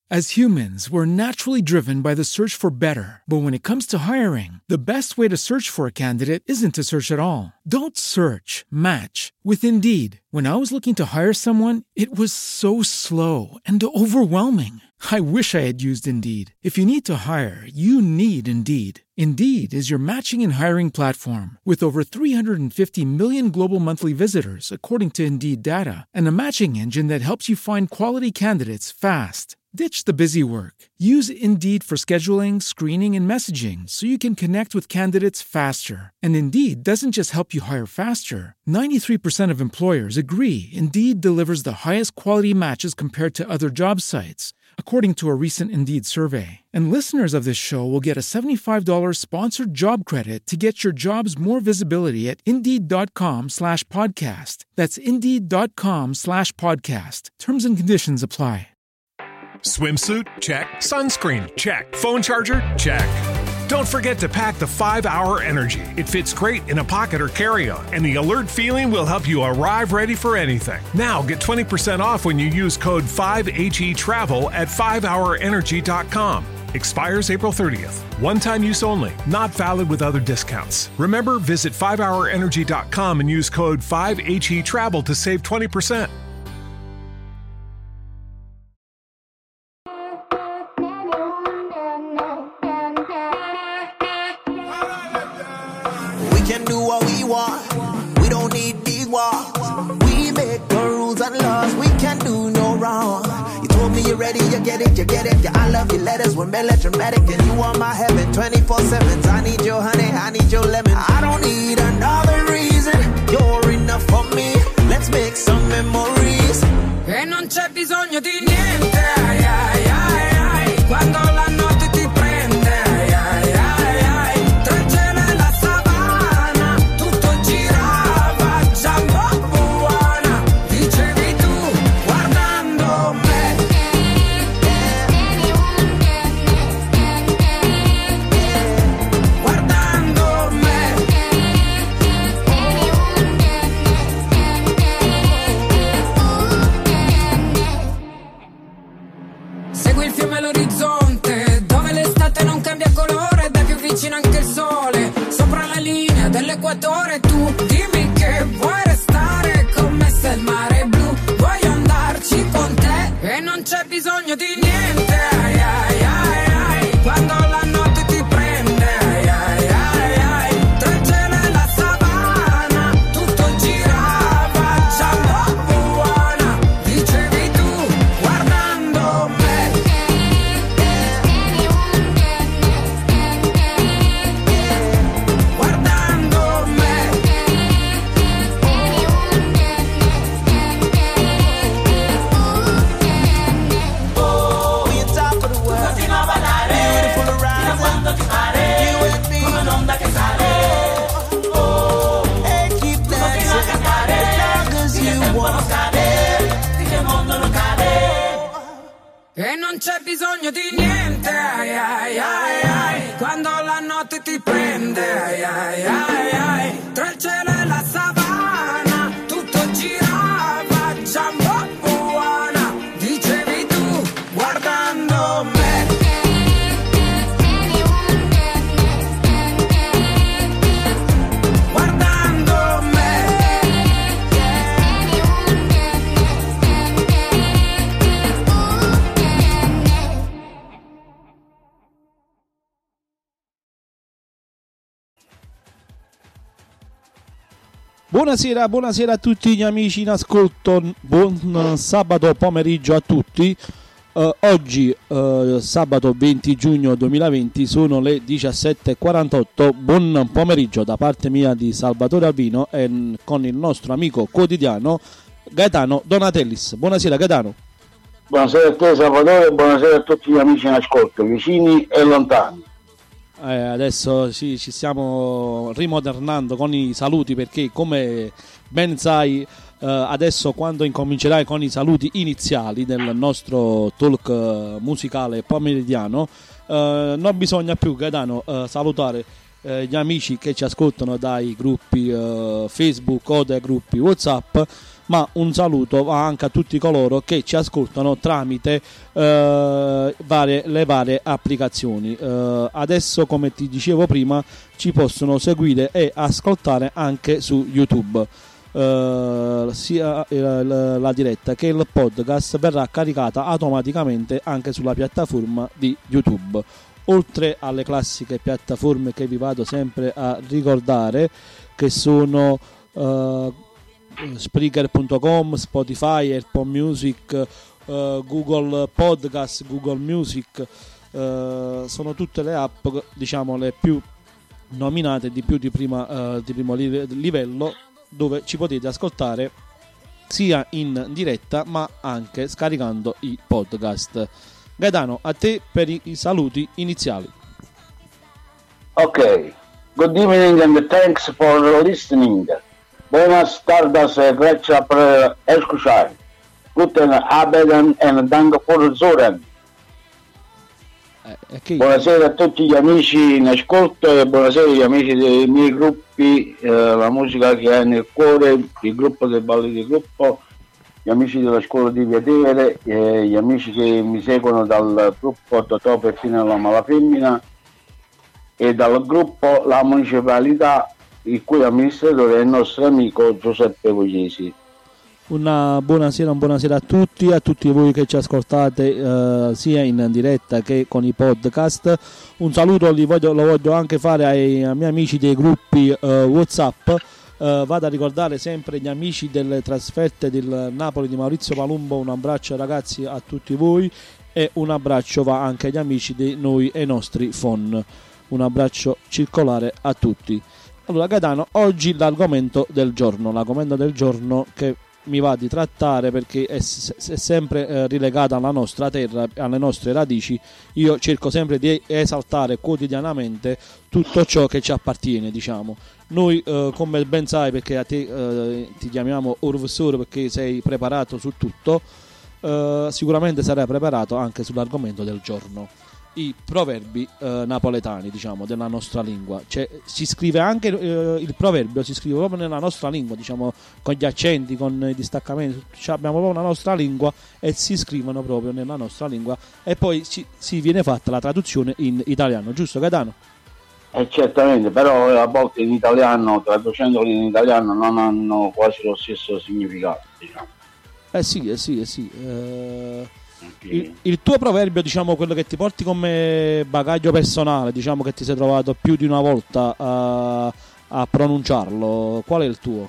As humans, we're naturally driven by the search for better. But when it comes to hiring, the best way to search for a candidate isn't to search at all. Don't search, match with Indeed. When I was looking to hire someone, it was so slow and overwhelming. I wish I had used Indeed. If you need to hire, you need Indeed. Indeed is your matching and hiring platform with over 350 million global monthly visitors, according to Indeed data, and a matching engine that helps you find quality candidates fast. Ditch the busy work. Use Indeed for scheduling, screening, and messaging so you can connect with candidates faster. And Indeed doesn't just help you hire faster. 93% of employers agree Indeed delivers the highest quality matches compared to other job sites, according to a recent Indeed survey. And listeners of this show will get a $75 sponsored job credit to get your jobs more visibility at Indeed.com/podcast. That's Indeed.com/podcast. Terms and conditions apply. Swimsuit? Check. Sunscreen? Check. Phone charger? Check. Don't forget to pack the 5-Hour Energy. It fits great in a pocket or carry-on, and the alert feeling will help you arrive ready for anything. Now get 20% off when you use code 5HETRAVEL at 5hourenergy.com. Expires April 30th. One-time use only. Not valid with other discounts. Remember, visit 5hourenergy.com and use code 5HETRAVEL to save 20%. Ready, you get it, yeah, I love your letters when melodramatic, and you are my heaven, 24/7, I need your honey, I need your lemon, I don't need another reason, you're enough for me, let's make some memories, e non c'è bisogno di niente, ai, ai, ai, ai, quando la notte ti prende, ai, ai, ai, ai, tra il cielo e la savana, tutto girava, già buona, dicevi tu, guardando me. Anche il sole sopra la linea dell'equatore, tu dimmi che vuoi restare con me se il mare è blu, voglio andarci con te e non c'è bisogno di niente, ai, ai, ai, ai, quando la notte ti prende, ai, ai, ai, ai, tra il cielo e la savana, tutto girava, già buona, dicevi tu, guardando me. E non c'è bisogno di niente, ai, ai, ai, ai, quando la notte ti prende, ai, ai, ai, ai, tra il cielo e la savana, tutto girava, già buona, dicevi tu, guardando me. Buonasera a tutti gli amici in ascolto, buon sabato pomeriggio a tutti. Oggi sabato 20 giugno 2020 sono le 17:48. Buon pomeriggio da parte mia di Salvatore Albino e con il nostro amico quotidiano Gaetano Donatellis. Buonasera Gaetano. Buonasera a te Salvatore e buonasera a tutti gli amici in ascolto, vicini e lontani. Adesso ci stiamo rimodernando con i saluti perché, come ben sai, adesso quando incomincerai con i saluti iniziali del nostro talk musicale pomeridiano, non bisogna più, Gaetano, salutare gli amici che ci ascoltano dai gruppi Facebook o dai gruppi WhatsApp, ma un saluto va anche a tutti coloro che ci ascoltano tramite le varie applicazioni. Adesso, come ti dicevo prima, ci possono seguire e ascoltare anche su YouTube. Sia la diretta che il podcast verrà caricata automaticamente anche sulla piattaforma di YouTube, oltre alle classiche piattaforme che vi vado sempre a ricordare, che sono Spreaker.com, Spotify, Apple Music, Google Podcast, Google Music. Sono tutte le app, diciamo, le più nominate di primo livello, dove ci potete ascoltare sia in diretta ma anche scaricando i podcast. Gaetano, a te per i saluti iniziali. Ok, good evening and thanks for listening. Buenas tardes e grazie per escuchar. Guten Abend and danke für Zuhören. Buonasera a tutti gli amici in ascolto e buonasera agli amici dei miei gruppi, la musica che hai nel cuore, il gruppo del ballo di gruppo, gli amici della scuola di Viadere, gli amici che mi seguono dal gruppo Totò Perfino la Malafemmina e dal gruppo La Municipalità, il cui amministratore è il nostro amico Giuseppe Pugliesi. Una buonasera a tutti voi che ci ascoltate sia in diretta che con i podcast. Un saluto lo voglio anche fare ai miei amici dei gruppi WhatsApp. Vado a ricordare sempre gli amici delle trasferte del Napoli di Maurizio Palumbo. Un abbraccio ragazzi a tutti voi e un abbraccio va anche agli amici di noi e nostri phon. Un abbraccio circolare a tutti. Allora Gaetano, oggi l'argomento del giorno che mi va di trattare, perché è sempre rilegata alla nostra terra, alle nostre radici. Io cerco sempre di esaltare quotidianamente tutto ciò che ci appartiene, diciamo. Noi, come ben sai, perché a te ti chiamiamo Urvsur perché sei preparato su tutto, sicuramente sarai preparato anche sull'argomento del giorno. I proverbi napoletani, diciamo, della nostra lingua. Cioè, si scrive anche il proverbio, si scrive proprio nella nostra lingua, diciamo, con gli accenti, con i distaccamenti. Cioè, abbiamo proprio la nostra lingua e si scrivono proprio nella nostra lingua e poi si viene fatta la traduzione in italiano, giusto Gaetano? Certamente, però a volte in italiano, traducendoli in italiano, non hanno quasi lo stesso significato, diciamo. Sì. Il tuo proverbio, diciamo, quello che ti porti come bagaglio personale, diciamo, che ti sei trovato più di una volta a pronunciarlo, qual è il tuo?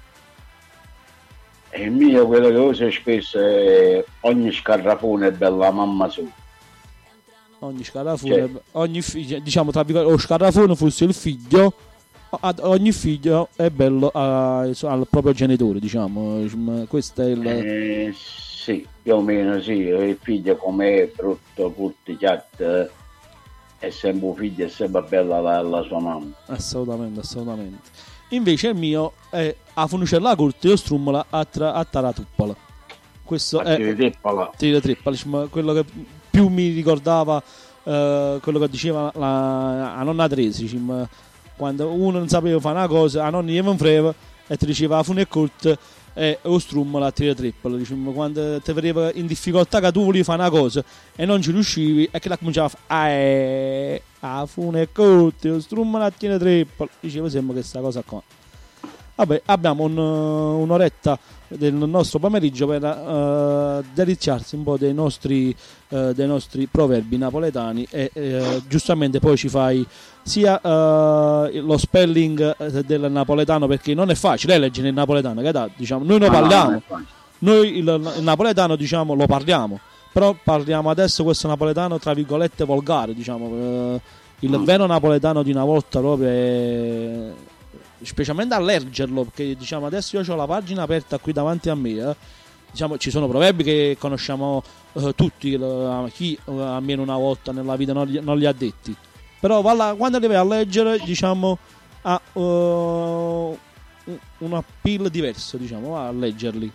Il mio, quello che uso spesso è ogni scarrafone è bella mamma sua. Ogni scarrafone, ogni figlio, diciamo, tra virgolette, lo scarrafone fosse il figlio, ogni figlio è bello al proprio genitore, diciamo. Questo è il... Sì, più o meno sì, il figlio come è brutto, putticchiato, è sempre un figlio, è sempre bella la sua mamma. Assolutamente. Invece il mio è a funicella corta e strummola a taratuppola. Questo è tira trippola, quello che più mi ricordava quello che diceva la nonna Teresa, quando uno non sapeva fare una cosa, la nonna gli freva e ti diceva a fune corta e lo strummola a tira trippola, diciamo, quando ti vedeva in difficoltà che tu volevi fare una cosa e non ci riuscivi e che la cominciava a fare a fune corta, lo strummola a tira trippola, diceva sempre questa cosa qua. Vabbè, abbiamo un'oretta del nostro pomeriggio per deliziarsi un po' dei nostri proverbi napoletani e giustamente poi ci fai sia lo spelling del napoletano, perché non è facile leggere il napoletano, che diciamo, noi lo parliamo, noi il napoletano, diciamo, lo parliamo, però parliamo adesso questo napoletano tra virgolette volgare, diciamo, il vero napoletano di una volta proprio è... specialmente a leggerlo, perché diciamo adesso io ho la pagina aperta qui davanti a me, diciamo ci sono proverbi che conosciamo tutti, chi almeno una volta nella vita non li ha detti, però quando li vai a leggere, diciamo, ha un appeal diverso, diciamo, va a leggerli.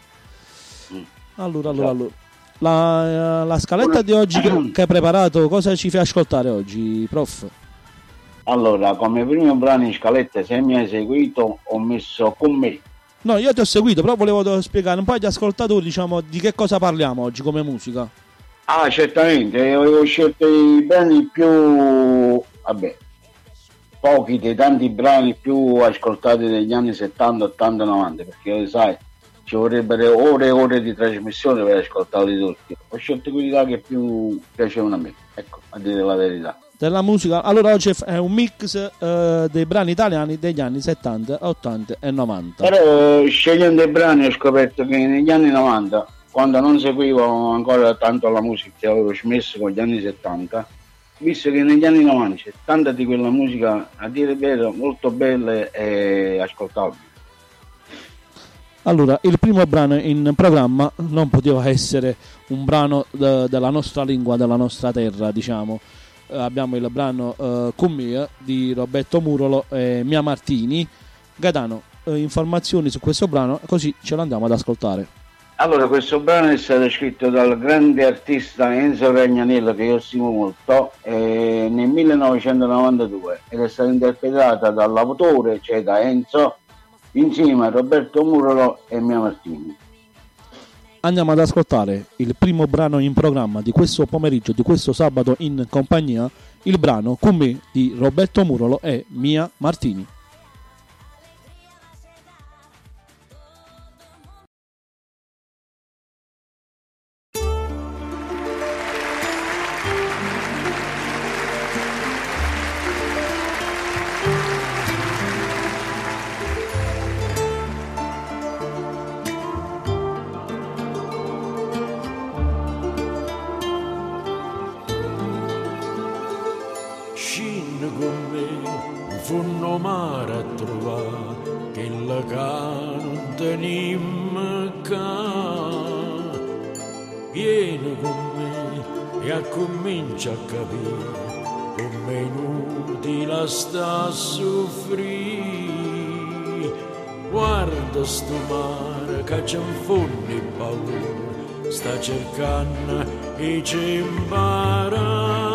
Allora la scaletta di oggi che hai preparato, cosa ci fai ascoltare oggi, prof? Allora, come primo brano in scaletta, se mi hai seguito, ho messo Con me No, io ti ho seguito, però volevo spiegare un po' agli ascoltatori, diciamo, di che cosa parliamo oggi come musica. Ah, certamente, avevo scelto i brani più, vabbè, pochi dei tanti brani più ascoltati negli anni 70, 80, 90, perché sai, ci vorrebbero ore e ore di trasmissione per ascoltarli tutti. Ho scelto quelli là che più piacevano a me, ecco, a dire la verità. Della musica, allora oggi è un mix dei brani italiani degli anni 70, 80 e 90. Però scegliendo i brani ho scoperto che negli anni 90, quando non seguivo ancora tanto la musica, che avevo smesso con gli anni 70, visto che negli anni 90 c'è tanta di quella musica, a dire il vero, molto bella e ascoltabile. Allora, il primo brano in programma non poteva essere un brano della nostra lingua, della nostra terra, diciamo. Abbiamo il brano Con me di Roberto Murolo e Mia Martini. Gaetano, informazioni su questo brano, così ce lo andiamo ad ascoltare. Allora, questo brano è stato scritto dal grande artista Enzo Ragnanello, che io stimo molto, nel 1992, ed è stato interpretato dall'autore, cioè da Enzo, insieme a Roberto Murolo e Mia Martini. Andiamo ad ascoltare il primo brano in programma di questo pomeriggio, di questo sabato in compagnia, il brano Con me di Roberto Murolo e Mia Martini. Funno mare a trovare che la ca non tenim ca. Vieni con me e comincia a capire come inutile sta a soffrire. Guarda sto mare che c'è un fondo di paura, sta cercando e ci impara.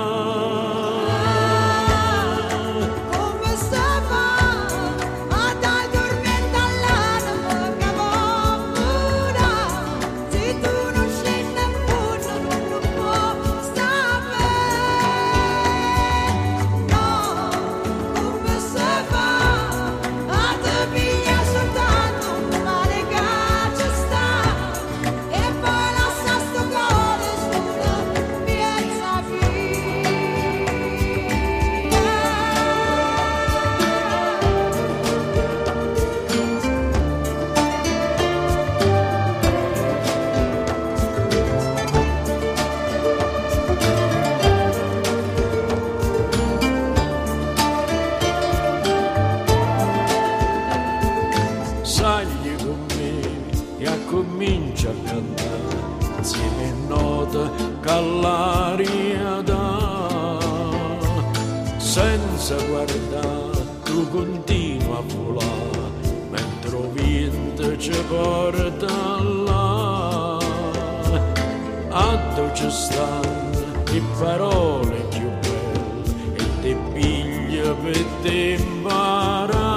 Comincia a cantare insieme note che l'aria dà, senza guardare tu continua a volare mentre il vento ci porta là. A tu ci stanno le parole più belle e ti piglia per te imparare.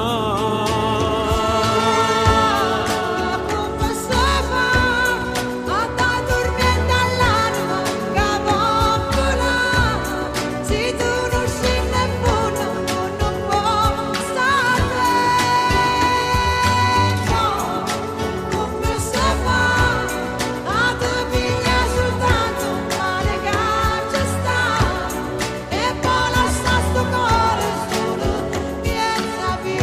Via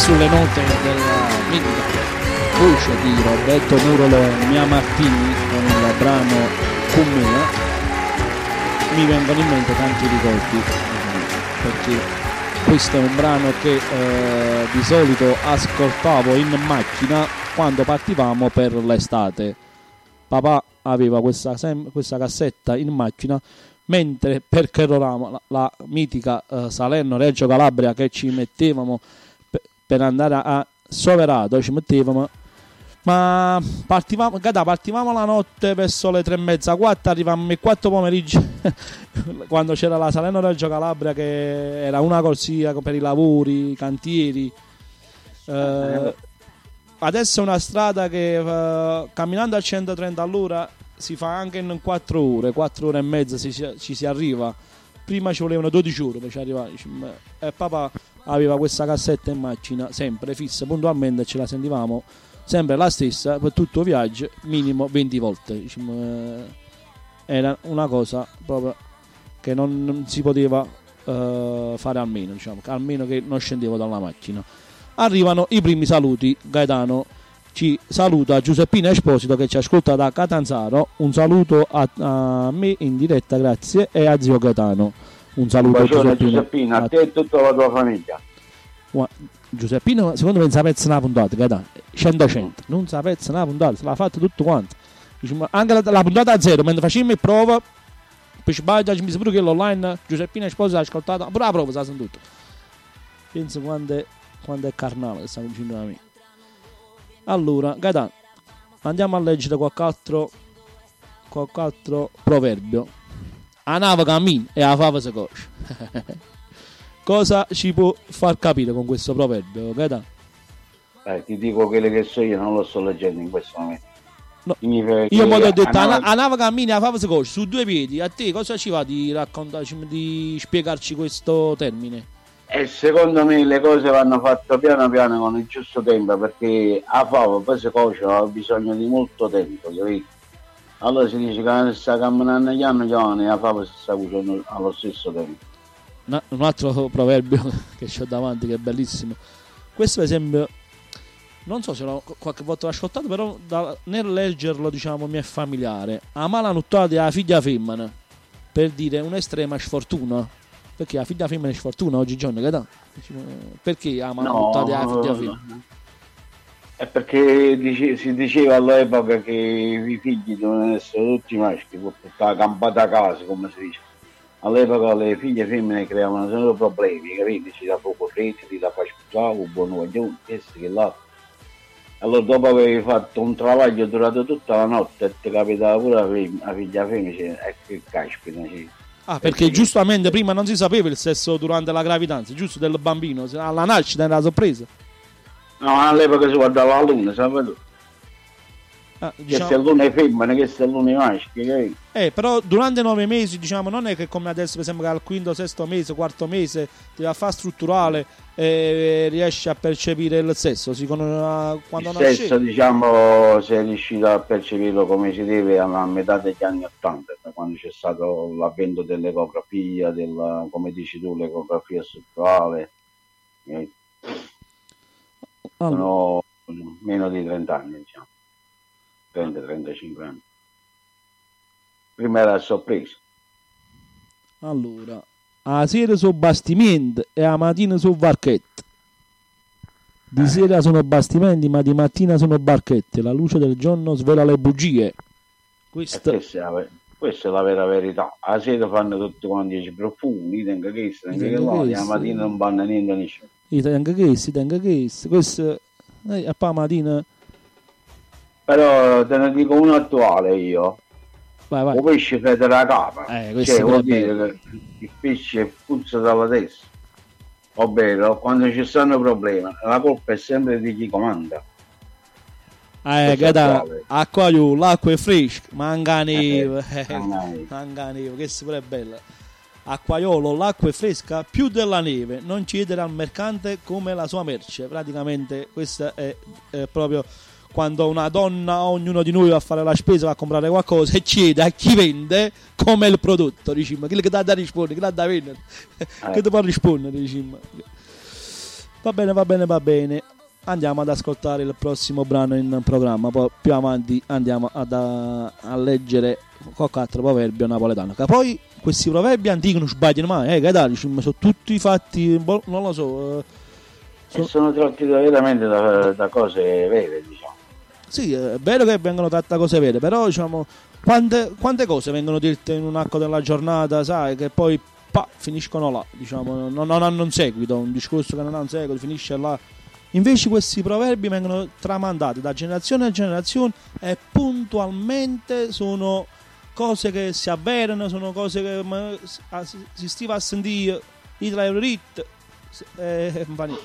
sulle note della mitica voce di Roberto Murolo e Mia Martini con il brano Cummea, mi vengono in mente tanti ricordi, perché questo è un brano che di solito ascoltavo in macchina quando partivamo per l'estate. Papà aveva questa cassetta in macchina, mentre percorrevamo la mitica Salerno-Reggio Calabria, che ci mettevamo per andare a Soverato, ci mettevamo, ma partivamo la notte verso le 3:30, 4, arrivavamo alle 4 pomeriggio quando c'era la Salerno-Reggio Calabria, che era una corsia per i lavori, i cantieri. Adesso è una strada che camminando a 130 all'ora si fa anche in 4 ore e mezza, ci si arriva. Prima ci volevano 12 ore per arrivare. E papà aveva questa cassetta in macchina, sempre fissa, puntualmente ce la sentivamo sempre la stessa per tutto il viaggio, minimo 20 volte. Era una cosa proprio che non si poteva fare almeno che non scendevo dalla macchina. Arrivano i primi saluti. Gaetano ci saluta Giuseppina Esposito, che ci ascolta da Catanzaro. Un saluto a me in diretta, grazie, e a zio Gaetano. Un saluto Giuseppina, a te e tutta la tua famiglia. Giuseppina, secondo me non sapesse una puntata, Gaetano 100 non sapesse una puntata, se l'ha fatta tutto quanto. Anche la puntata a zero, mentre facevamo il prova per sbaglio, ci mise pure che l'online Giuseppina Esposito ha ascoltato pure la prova, sa tutto. Penso quando è carnale che sta vicino a me. Allora, Gaetano, andiamo a leggere qualche altro proverbio. A nave cammina e a fava si cosce. Cosa ci può far capire con questo proverbio, Gaetano? Ti dico quello che so io, non lo sto leggendo in questo momento. No. Io mi ho detto a nave cammina e a fava si cosce su 2 piedi. A te cosa ci va di raccontarci, di spiegarci questo termine? E secondo me le cose vanno fatte piano piano con il giusto tempo, perché a fava poi si cuoce, ha bisogno di molto tempo, capito? Allora si dice che sta camminando piano e a fava si sta cuocendo allo stesso tempo. Un altro proverbio che ho davanti, che è bellissimo. Questo per esempio, non so se qualche volta l'ho ascoltato, però nel leggerlo mi è familiare. A mala nuttata della figlia femmina, per dire un'estrema sfortuna. Perché la figlia femmina è sfortuna oggigiorno, Gaetano? Perché ama la figlia femmina? È perché si diceva all'epoca che i figli devono essere tutti maschi, per portare campata a casa, come si dice. All'epoca le figlie femmine creavano solo problemi, capite? Ci da poco freddo, ti da far sposare, un buon guaglione, questo che là. Allora dopo avevi fatto un travaglio durato tutta la notte e ti capitava pure la figlia femmina, che caspita. Perché giustamente prima non si sapeva il sesso durante la gravidanza, giusto, del bambino, alla nascita era la sorpresa. No, all'epoca si guardava la luna, sapete? Che se l'una è femmina, che se l'una è maschio. Però durante i 9 mesi, non è che come adesso, per esempio, che al quinto, sesto mese, quarto mese ti va a fare strutturale e riesci a percepire il sesso. Quando il sesso, si è riuscito a percepirlo come si deve a metà degli anni 80, quando c'è stato l'avvento dell'ecografia, come dici tu, l'ecografia strutturale. Sono meno di 30 anni, 30-35 anni. Prima era a sorpresa. Allora, a sera sono bastimenti e a mattina sono barchette. Di sera sono bastimenti, ma di mattina sono barchette. La luce del giorno svela le bugie. Questa è la vera verità. A sera fanno tutti quanti i profumi, tengo questo, tengo quello, la mattina non fanno niente nessuno. Tengo questo. Questo a pa mattina. Però te ne dico uno attuale io. Vai. Il pesce fede la capa. Vuol dire che il pesce puzza dalla testa. Ovvero, quando ci stanno problemi, la colpa è sempre di chi comanda. Acqua io, l'acqua è fresca, manca neve. Questo pure è bello. Acquaiolo, l'acqua è fresca più della neve, non chiedere al mercante come la sua merce. Praticamente questo è proprio quando una donna, ognuno di noi va a fare la spesa, va a comprare qualcosa e chiede a chi vende come il prodotto, diciamo, chi che dà da rispondere, chi dà da vendere, che ti può rispondere, diciamo. Va bene. Andiamo ad ascoltare il prossimo brano in programma, poi più avanti andiamo a leggere qualche altro proverbio napoletano. Che poi questi proverbi antichi non sbagliano mai, che dai, sono tutti fatti, non lo so. Sono tratti veramente da cose vere, diciamo. Sì, è vero che vengono tratte cose vere, però diciamo quante cose vengono dette in un arco della giornata, sai, che poi finiscono là, diciamo, non hanno un seguito, un discorso che non ha un seguito, finisce là. Invece questi proverbi vengono tramandati da generazione a generazione e puntualmente sono cose che si avverano, sono cose che si stiva a sentire Hitler Rit e va niente.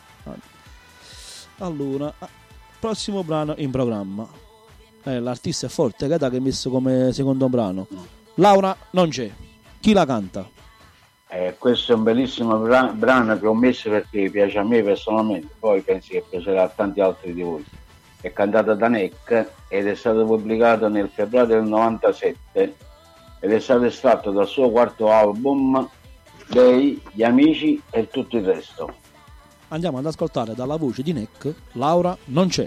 Allora, prossimo brano in programma. L'artista è forte, che hai messo come secondo brano? Laura non c'è. Chi la canta? Questo è un bellissimo brano che ho messo perché piace a me personalmente, poi penso che piacerà a tanti altri di voi. È cantata da Neck ed è stato pubblicato nel febbraio del 97 ed è stato estratto dal suo quarto album Lei, Gli Amici e tutto il resto. Andiamo ad ascoltare dalla voce di Neck Laura non c'è.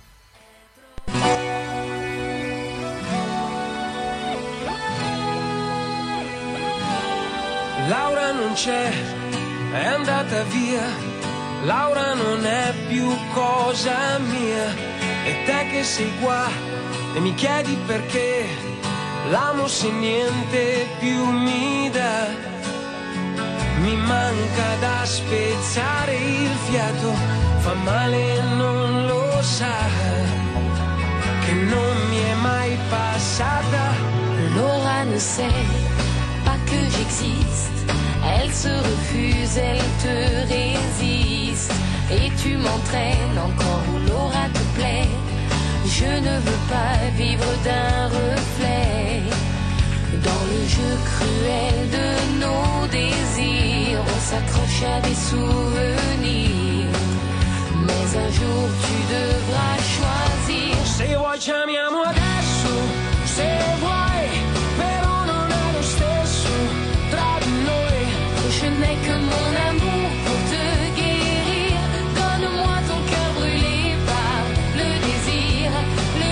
Laura non c'è, è andata via. Laura non è più cosa mia. E te che sei qua e mi chiedi perché l'amo se niente più mi dà. Mi manca da spezzare il fiato, fa male e non lo sa, che non mi è mai passata. Laura ne sait pas que j'existe. Elle se refuse, elle te résiste. Et tu m'entraînes encore où Laura te plaît. Je ne veux pas vivre d'un reflet. Dans le jeu cruel de nos désirs, on s'accroche à des souvenirs. Mais un jour tu devras choisir. Se vuoi chiamiamo adesso, se vuoi, però non è lo stesso tra di noi. Je n'ai que mon amour pour te guérir. Donne-moi ton cœur brûlé par le désir, le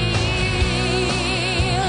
désir.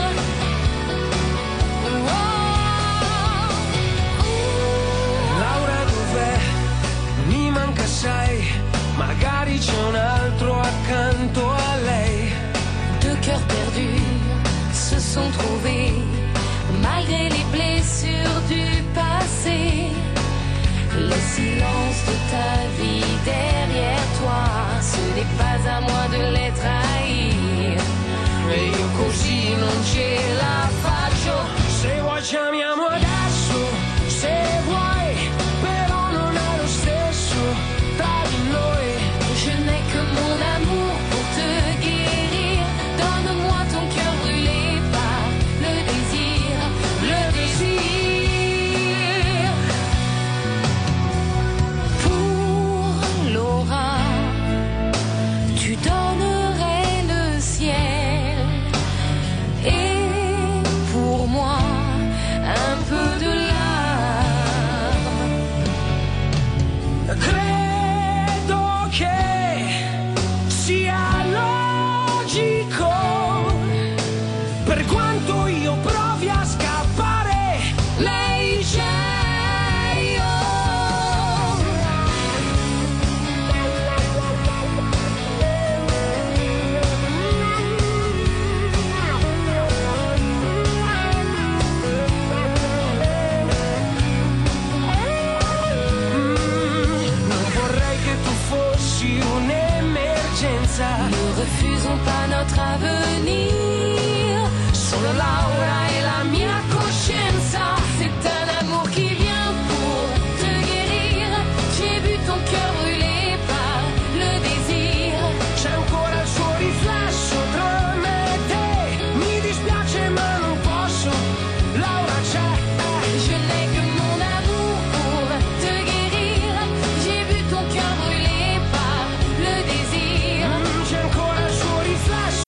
Laura dov'è? Mi manca sai, magari c'è un altro accanto a lei. Deux cœurs perdus se sont trouvés malgré les blessures du passé. Le silence de ta vie derrière toi, ce n'est pas à moi de les trahir. E io così non ce la faccio. Se vuoi chiamiamo adesso, se vuoi, però non è lo stesso tra di noi. Je n'ai que mon amour pour te guérir. Donne-moi ton cœur brûlé par le désir, le désir. Pour Laura, tu donnerais le ciel. Et pour moi, un peu de larmes. Credo che sia logico, per quanto io provi a scappare, lei c'è. Non vorrei che tu fossi un'emergenza. Ne refusons pas notre avenir. Solo Laura e la mia coscienza. C'est un amour qui vient pour te guérir. J'ai vu ton cœur brûlé par le désir. C'è ancora il suo riflesso tra me e te. Mi dispiace ma non posso. Laura c'è. Je n'ai que mon amour pour te guérir. J'ai vu ton cœur brûlé par le désir. C'è ancora il suo riflesso.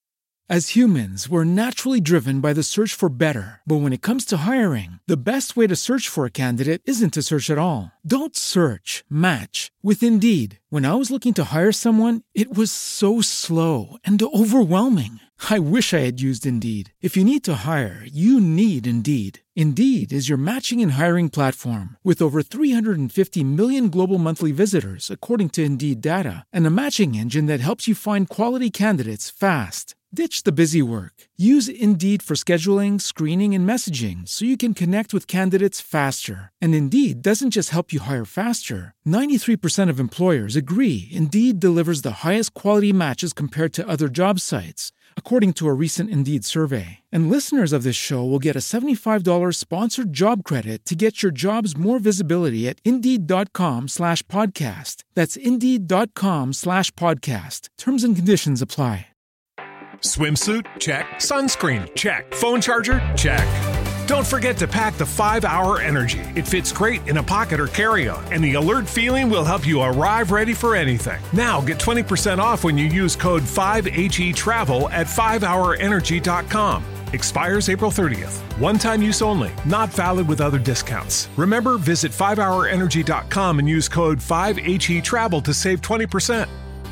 As humans, we're naturally driven by the search for better. But when it comes to hiring, the best way to search for a candidate isn't to search at all. Don't search, match with Indeed. When I was looking to hire someone, it was so slow and overwhelming. I wish I had used Indeed. If you need to hire, you need Indeed. Indeed is your matching and hiring platform with over 350 million global monthly visitors, according to Indeed data, and a matching engine that helps you find quality candidates fast. Ditch the busy work. Use Indeed for scheduling, screening, and messaging so you can connect with candidates faster. And Indeed doesn't just help you hire faster. 93% of employers agree Indeed delivers the highest quality matches compared to other job sites, according to a recent Indeed survey. And listeners of this show will get a $75 sponsored job credit to get your jobs more visibility at Indeed.com/podcast. That's Indeed.com/podcast. Terms and conditions apply. Swimsuit? Check. Sunscreen? Check. Phone charger? Check. Don't forget to pack the 5-Hour Energy. It fits great in a pocket or carry-on, and the alert feeling will help you arrive ready for anything. Now get 20% off when you use code 5HETRAVEL at 5hourenergy.com. Expires April 30th. One-time use only. Not valid with other discounts. Remember, visit 5hourenergy.com and use code 5HETRAVEL to save 20%.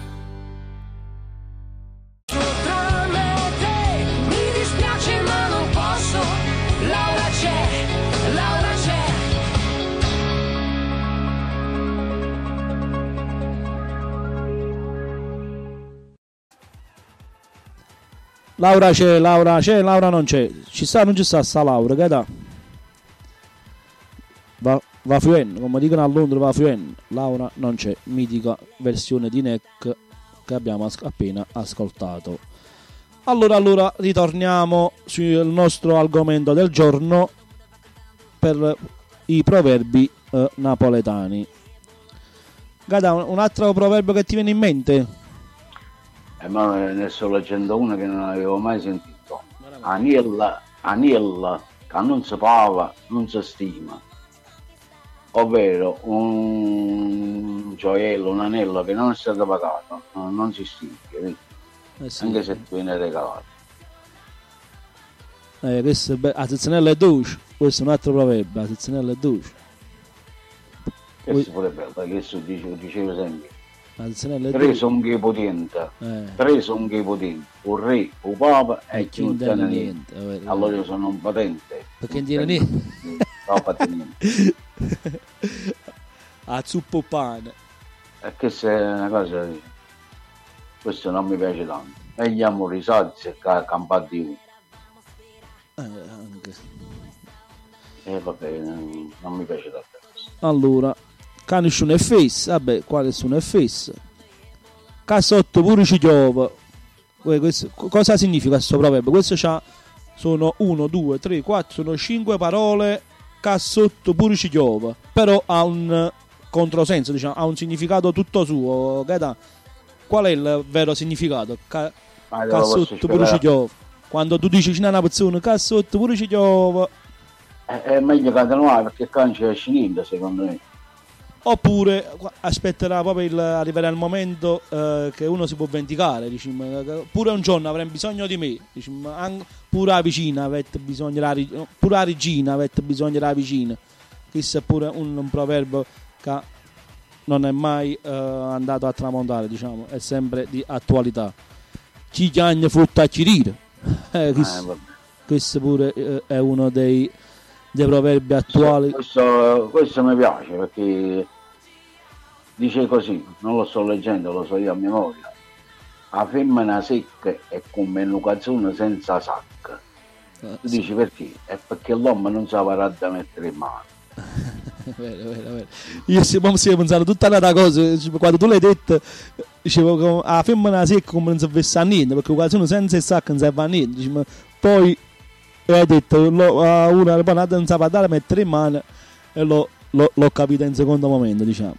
Laura c'è, Laura non c'è. Ci sta o non ci sta sta Laura, che da? Va fluendo, come dicono a Londra, va fluendo. Laura non c'è, mitica versione di Neck che abbiamo appena ascoltato. Allora ritorniamo sul nostro argomento del giorno per i proverbi napoletani. Gada, un altro proverbio che ti viene in mente? Ma ne sto leggendo uno che non avevo mai sentito. Anilla, che non si pava, non si stima. Ovvero un gioiello, un anello che non è stato pagato, non si stima, sì. Anche se ti viene regalato. Questo è a Tizzanella è dolce, questo è un altro proverbio, a Tizzanella è dolce. Questo pure è bello, questo dicevo sempre. Tre sono che potente, un re, un papa e chi non tiene niente. Allora io sono un patente. Perché non tiene niente? No, patente. A zuppo pane. E questa è una cosa, questo non mi piace tanto. Vediamo risalti se campati di uno. Anche. Vabbè, non mi piace tanto. Allora, cane su un FS, vabbè, quale su un FS? Cassotto pure ci piove. Cosa significa questo proverbio? Questo sono 1, 2, 3, 4, sono 5 parole. Cassotto pure ci piove. Però ha un controsenso, diciamo, ha un significato tutto suo. Qual è il vero significato? Cassotto pure ci piove. Quando tu dici c'è una persona, cassotto pure ci piove. È meglio continuare perché qua non c'è niente, secondo me. Oppure aspetterà proprio arrivare al momento che uno si può vendicare, diciamo, pure un giorno avremo bisogno di me, diciamo, pure la vicina avete bisogno pure la regina avete bisogno della vicina. Questo è pure un proverbio che non è mai andato a tramontare, diciamo, è sempre di attualità. Chi chiagna frutta a cirire. Questo pure è uno dei proverbi attuali. Questo mi piace perché dice così, non lo sto leggendo, lo so io a memoria. La femmina secca è come un cazzone senza sacca. Tu dici perché? È perché l'uomo non sa parare da mettere in mano. Vero. Io si è pensato tutta un'altra cosa, quando tu l'hai detto dicevo la femmina secca come non serve a niente, perché un cazzone senza sacca non serve a niente, diciamo, poi hai detto una panata non sa parlare mettere in mano e l'ho capito in secondo momento, diciamo.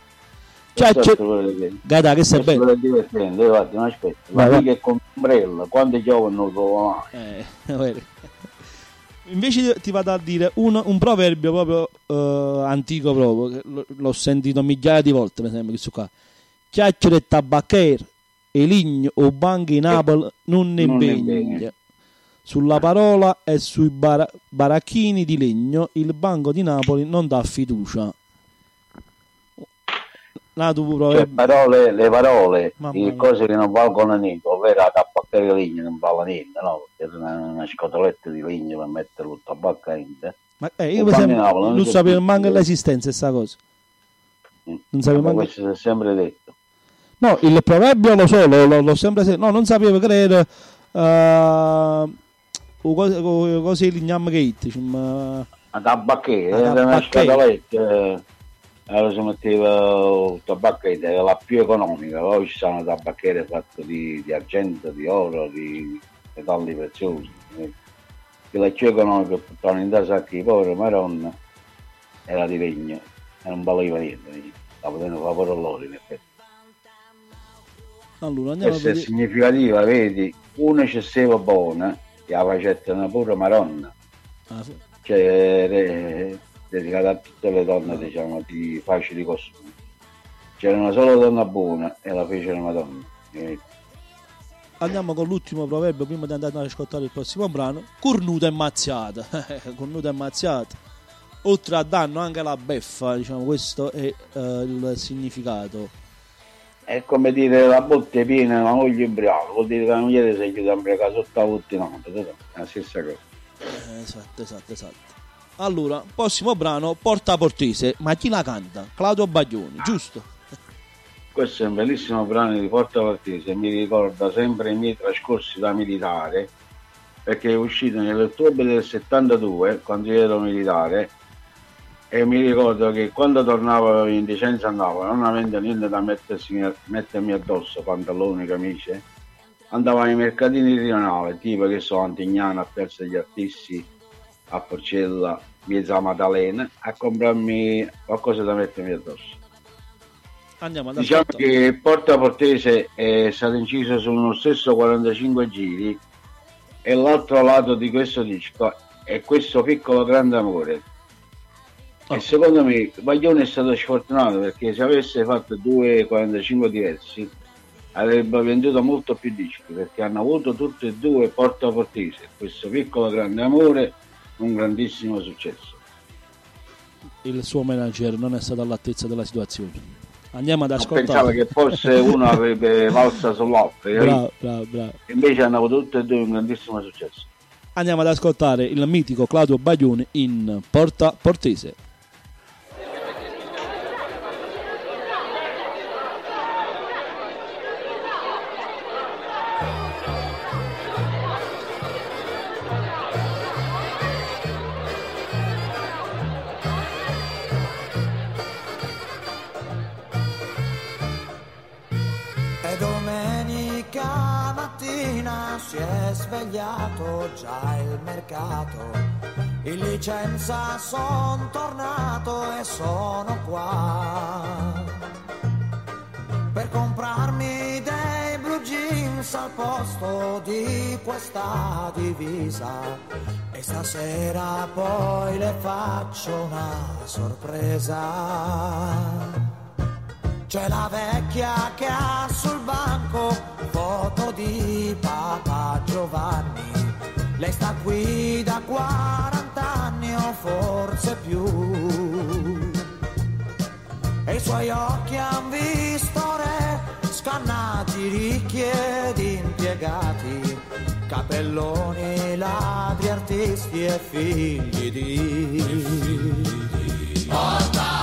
Gada, che sei bello. È divertente, guarda, non aspetta. Ma mica è con ombrello, quando giovane non lo trovo mai. Invece ti vado a dire un proverbio proprio antico proprio, che l'ho sentito migliaia di volte, per esempio, questo qua. Chiacchiere e tabacchiere e ligno o banchi in Napoli non ne impegna. Sulla parola e sui baracchini di legno il Banco di Napoli non dà fiducia. Cioè, le parole, le cose che non valgono niente, ovvero la tabaccheria di legno non vale niente, no? Perché una scatoletta di legno per mettere il tabacco dentro. Ma io per esempio non sapevo manco l'esistenza di questa cosa. Non sapevo manco. Questo si è sempre detto. No, il proverbio lo so, l'ho sempre sentito. No, non sapevo che era cose di lignam gate, la tabacchera, era una scatoletta. Allora si metteva il tabacco, era la più economica, poi ci sono tabacchiere fatte di argento, di oro, di metalli preziosi. La più economica che portavano in sacchi di poveri maronna era di legno e non valeva niente, la potevano fare pure loro in effetti. Allora, questa è significativa, vedi, una eccessiva buona che la facettano pure maronna, cioè dedicata a tutte le donne, diciamo, di facili costumi. C'era una sola donna buona e la fecero una donna. Andiamo con l'ultimo proverbio prima di andare ad ascoltare il prossimo brano. Cornuta e mazziata. Cornuta e mazziata. Oltre a danno anche la beffa, diciamo, questo è il significato. È come dire la botte piena, la moglie ubriaca, vuol dire che la moglie si è chiusa ubriaca sotto la botte in alto, è la stessa cosa. Esatto. Allora, prossimo brano, Porta Portese, ma chi la canta? Claudio Baglioni, giusto? Questo è un bellissimo brano di Porta Portese, mi ricorda sempre i miei trascorsi da militare, perché è uscito nell'ottobre del 72, quando io ero militare, e mi ricordo che quando tornavo in licenza andavo, non avendo niente da mettermi addosso, pantaloni, camicie, andavo ai mercatini rionali, tipo che so, Antignano, a Piazza degli Artisti, a Porcella, Piazza Maddalena, a comprarmi qualcosa da mettermi addosso. Andiamo ad diciamo che Porta Portese è stato inciso su uno stesso 45 giri e l'altro lato di questo disco è questo piccolo grande amore. E secondo me Baglioni è stato sfortunato, perché se avesse fatto 2,45 diversi avrebbe venduto molto più dischi, perché hanno avuto tutti e due Porta Portese, questo piccolo grande amore, un grandissimo successo. Il suo manager non è stato all'altezza della situazione. Andiamo ad ascoltare. Pensavo che forse uno avrebbe valsa sull'altro, bravo. Invece hanno avuto tutti e due un grandissimo successo. Andiamo ad ascoltare il mitico Claudio Baglioni in Porta Portese. Si è svegliato già il mercato, in licenza son tornato e sono qua per comprarmi dei blue jeans al posto di questa divisa, e stasera poi le faccio una sorpresa. C'è la vecchia che ha sul banco foto di Papa Giovanni. Lei sta qui da 40 anni o forse più. E i suoi occhi han visto re, scannati, ricchi ed impiegati, capelloni, ladri, artisti e figli di... Porta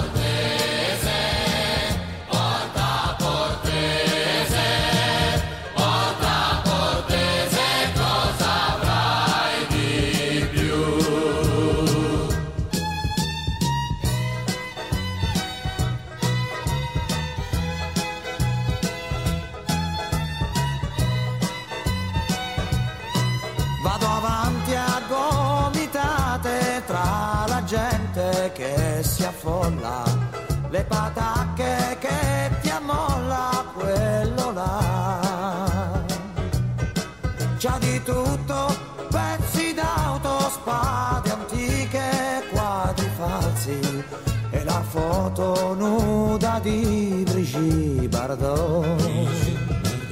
che si affolla, le patacche che ti ammolla quello là. C'ha di tutto, pezzi d'auto, spade antiche, quadri falsi e la foto nuda di Brigitte Bardot.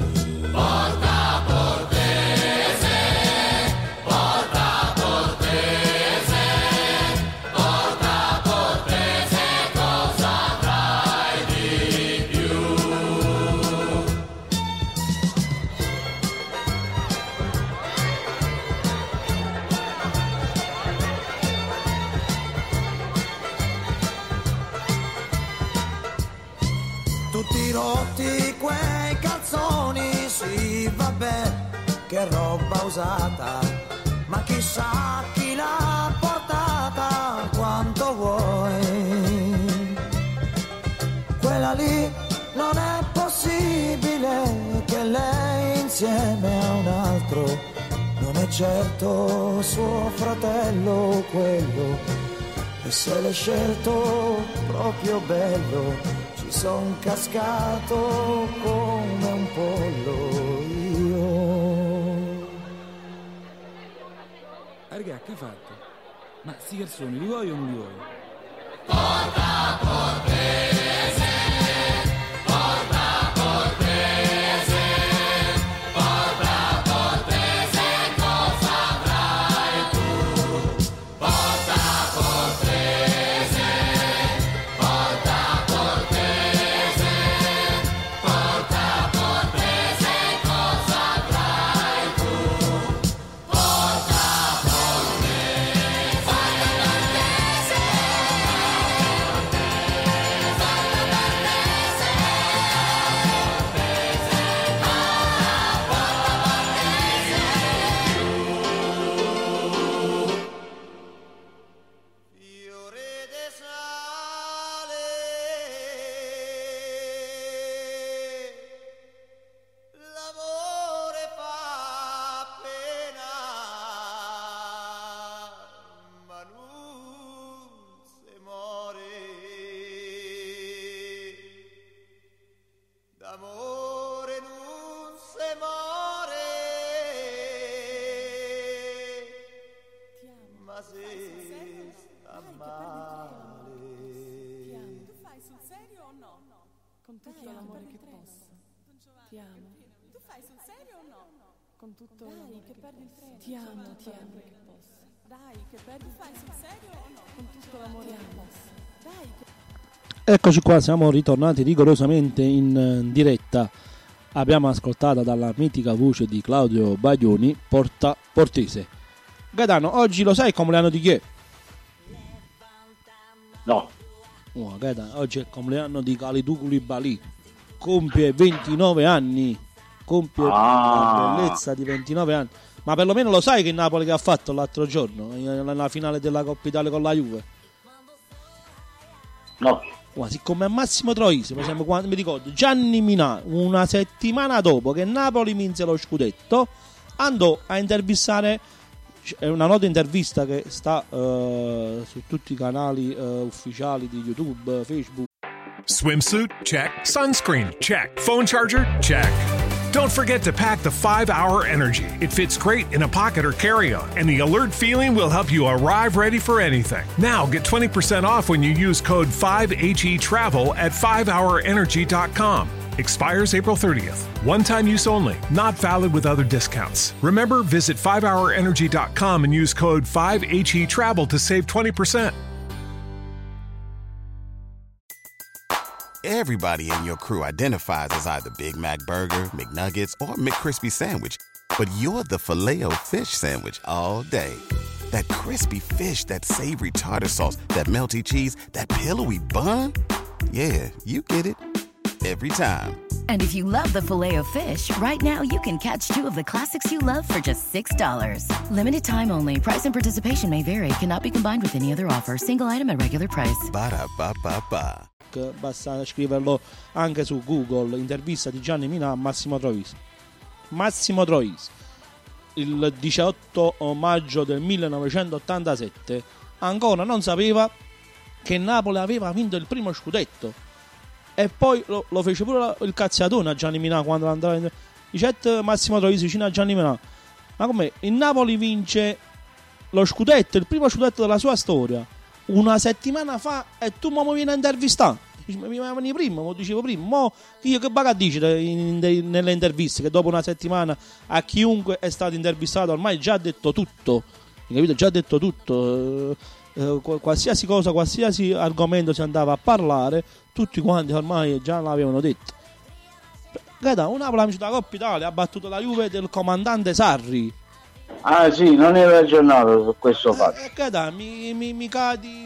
che roba usata, ma chissà chi l'ha portata, quanto vuoi. Quella lì non è possibile che lei insieme a un altro, non è certo suo fratello quello, e se l'è scelto proprio bello, ci son cascato come un pollo io. Raga, che hai fatto? Ma sti garzoni li vuoi o non li vuoi? Porta Portese, porta Portese, porta Portese, cosa avrai tu? Porta Portese, porta Portese, porta Portese, cosa avrai tu? Porta d'amore non se more, ma se sta male. Tu fai sul serio o no? Con tutto l'amore che posso. Ti amo. Tu fai sul serio o no? Con tutto l'amore che perdi il treno. Ti amo che posso. Dai, che perdi. Tu fai sul serio o no? Con tutto l'amore che posso. Dai, che... Eccoci qua, siamo ritornati rigorosamente in diretta. Abbiamo ascoltato dalla mitica voce di Claudio Baglioni Porta Portese. Gaetano, oggi lo sai il compleanno di chi è? No. Gaetano, oggi è il compleanno di Kalidou Koulibaly. Compie 29 anni. Compie la bellezza di 29 anni. Ma perlomeno lo sai che il Napoli che ha fatto l'altro giorno nella finale della Coppa Italia con la Juve? No. Siccome a Massimo Troisi, per esempio, quando mi ricordo Gianni Minà, una settimana dopo che Napoli vinse lo scudetto, andò a intervistare, è una nota intervista che sta su tutti i canali ufficiali di YouTube, Facebook. Swimsuit? Check. Sunscreen? Check. Phone charger? Check. Don't forget to pack the 5-Hour Energy. It fits great in a pocket or carry-on, and the alert feeling will help you arrive ready for anything. Now get 20% off when you use code 5HETRAVEL at 5hourenergy.com. Expires April 30th. One-time use only. Not valid with other discounts. Remember, visit 5hourenergy.com and use code 5HETRAVEL to save 20%. Everybody in your crew identifies as either Big Mac Burger, McNuggets, or McCrispy Sandwich. But you're the Filet-O-Fish Sandwich all day. That crispy fish, that savory tartar sauce, that melty cheese, that pillowy bun. Yeah, you get it. Every time. And if you love the Filet-O-Fish, right now you can catch two of the classics you love for just $6. Limited time only. Price and participation may vary. Cannot be combined with any other offer. Single item at regular price. Ba-da-ba-ba-ba. Basta scriverlo anche su Google, intervista di Gianni Minà a Massimo Troisi. Massimo Troisi, il 18 maggio del 1987, ancora non sapeva che Napoli aveva vinto il primo scudetto, e poi lo fece pure il cazziatone a Gianni Minà quando andava in... Dice Massimo Troisi vicino a Gianni Minà: ma com'è? Il Napoli vince lo scudetto, il primo scudetto della sua storia, una settimana fa, e tu mi vieni a intervistare? Mi veni prima, lo dicevo prima. Mo io che baga dici nelle interviste, che dopo una settimana a chiunque è stato intervistato ormai già ha detto tutto, capito? Già ha detto tutto, qualsiasi cosa, qualsiasi argomento si andava a parlare, tutti quanti ormai già l'avevano detto. Guarda, un Napoli amici della Coppa Italia ha battuto la Juve del comandante Sarri. Ah sì, non ero aggiornato su questo fatto. Mi cadi,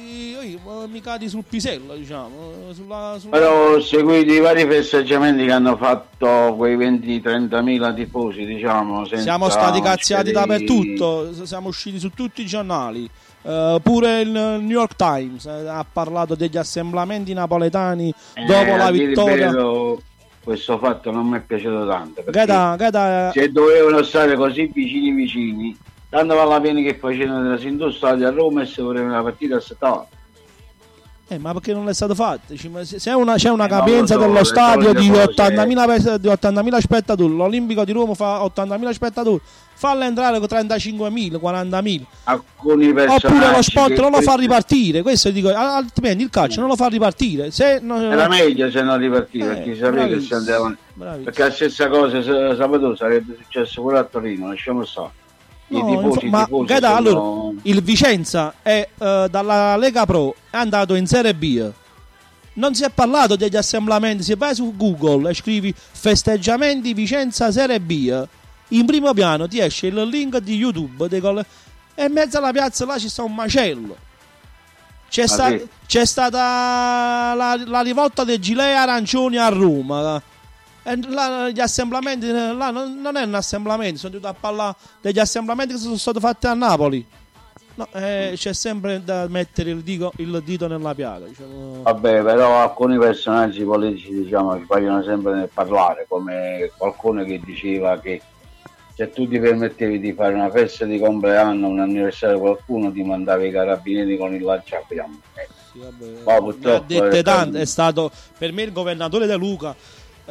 lì mi cadi sul pisello, diciamo. Sulla... Però seguiti i vari festeggiamenti che hanno fatto quei 20-30.000 tifosi, diciamo. Siamo stati cazziati dappertutto, siamo usciti su tutti i giornali. Pure il New York Times ha parlato degli assemblamenti napoletani dopo la vittoria. Questo fatto non mi è piaciuto tanto, perché se dovevano stare così vicini, tanto vale la pena che facevano della Sinto Stadio a Roma e se volevano la partita a Stato. Ma perché non è stato fatto? Se c'è una capienza dello stadio di 80.000 spettatori, l'Olimpico di Roma fa 80.000 spettatori, falla entrare con 35.000, 40.000. Oppure lo sport non lo fa ripartire, questo dico, altrimenti il calcio non lo fa ripartire. Era meglio se non ripartiva, perché sapeva che si andava. Perché la stessa cosa sabato sarebbe successo pure a Torino, lasciamo stare. Allora, il Vicenza è dalla Lega Pro è andato in Serie B. Non si è parlato degli assemblamenti. Se vai su Google e scrivi festeggiamenti Vicenza Serie B, in primo piano ti esce il link di YouTube e in mezzo alla piazza là ci sta un macello. C'è stata la rivolta dei gilet arancioni a Roma. Gli assemblamenti là non è un assemblamento, sono venuto a parlare degli assemblamenti che sono stati fatti a Napoli. No, c'è sempre da mettere il dito nella piaga, diciamo. Vabbè, però alcuni personaggi politici, diciamo, che vogliono sempre nel parlare, come qualcuno che diceva che se tu ti permettevi di fare una festa di compleanno, un anniversario qualcuno, ti mandavi i carabinieri con il lanciafiamme. Sì, vabbè. Ha dette tante, è stato per me il governatore De Luca. Il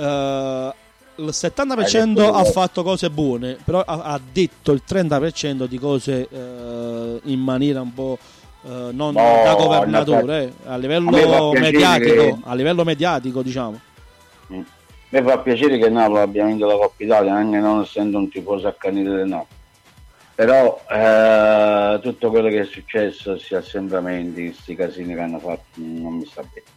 70% ha fatto cose buone, però ha detto il 30% di cose in maniera un po' non da governatore, a livello mediatico, diciamo. Mi fa piacere che Napoli abbia vinto la Coppa Italia, anche non essendo un tifoso accanito del Napoli. Però tutto quello che è successo, questi assembramenti, questi casini che hanno fatto, non mi sta bene.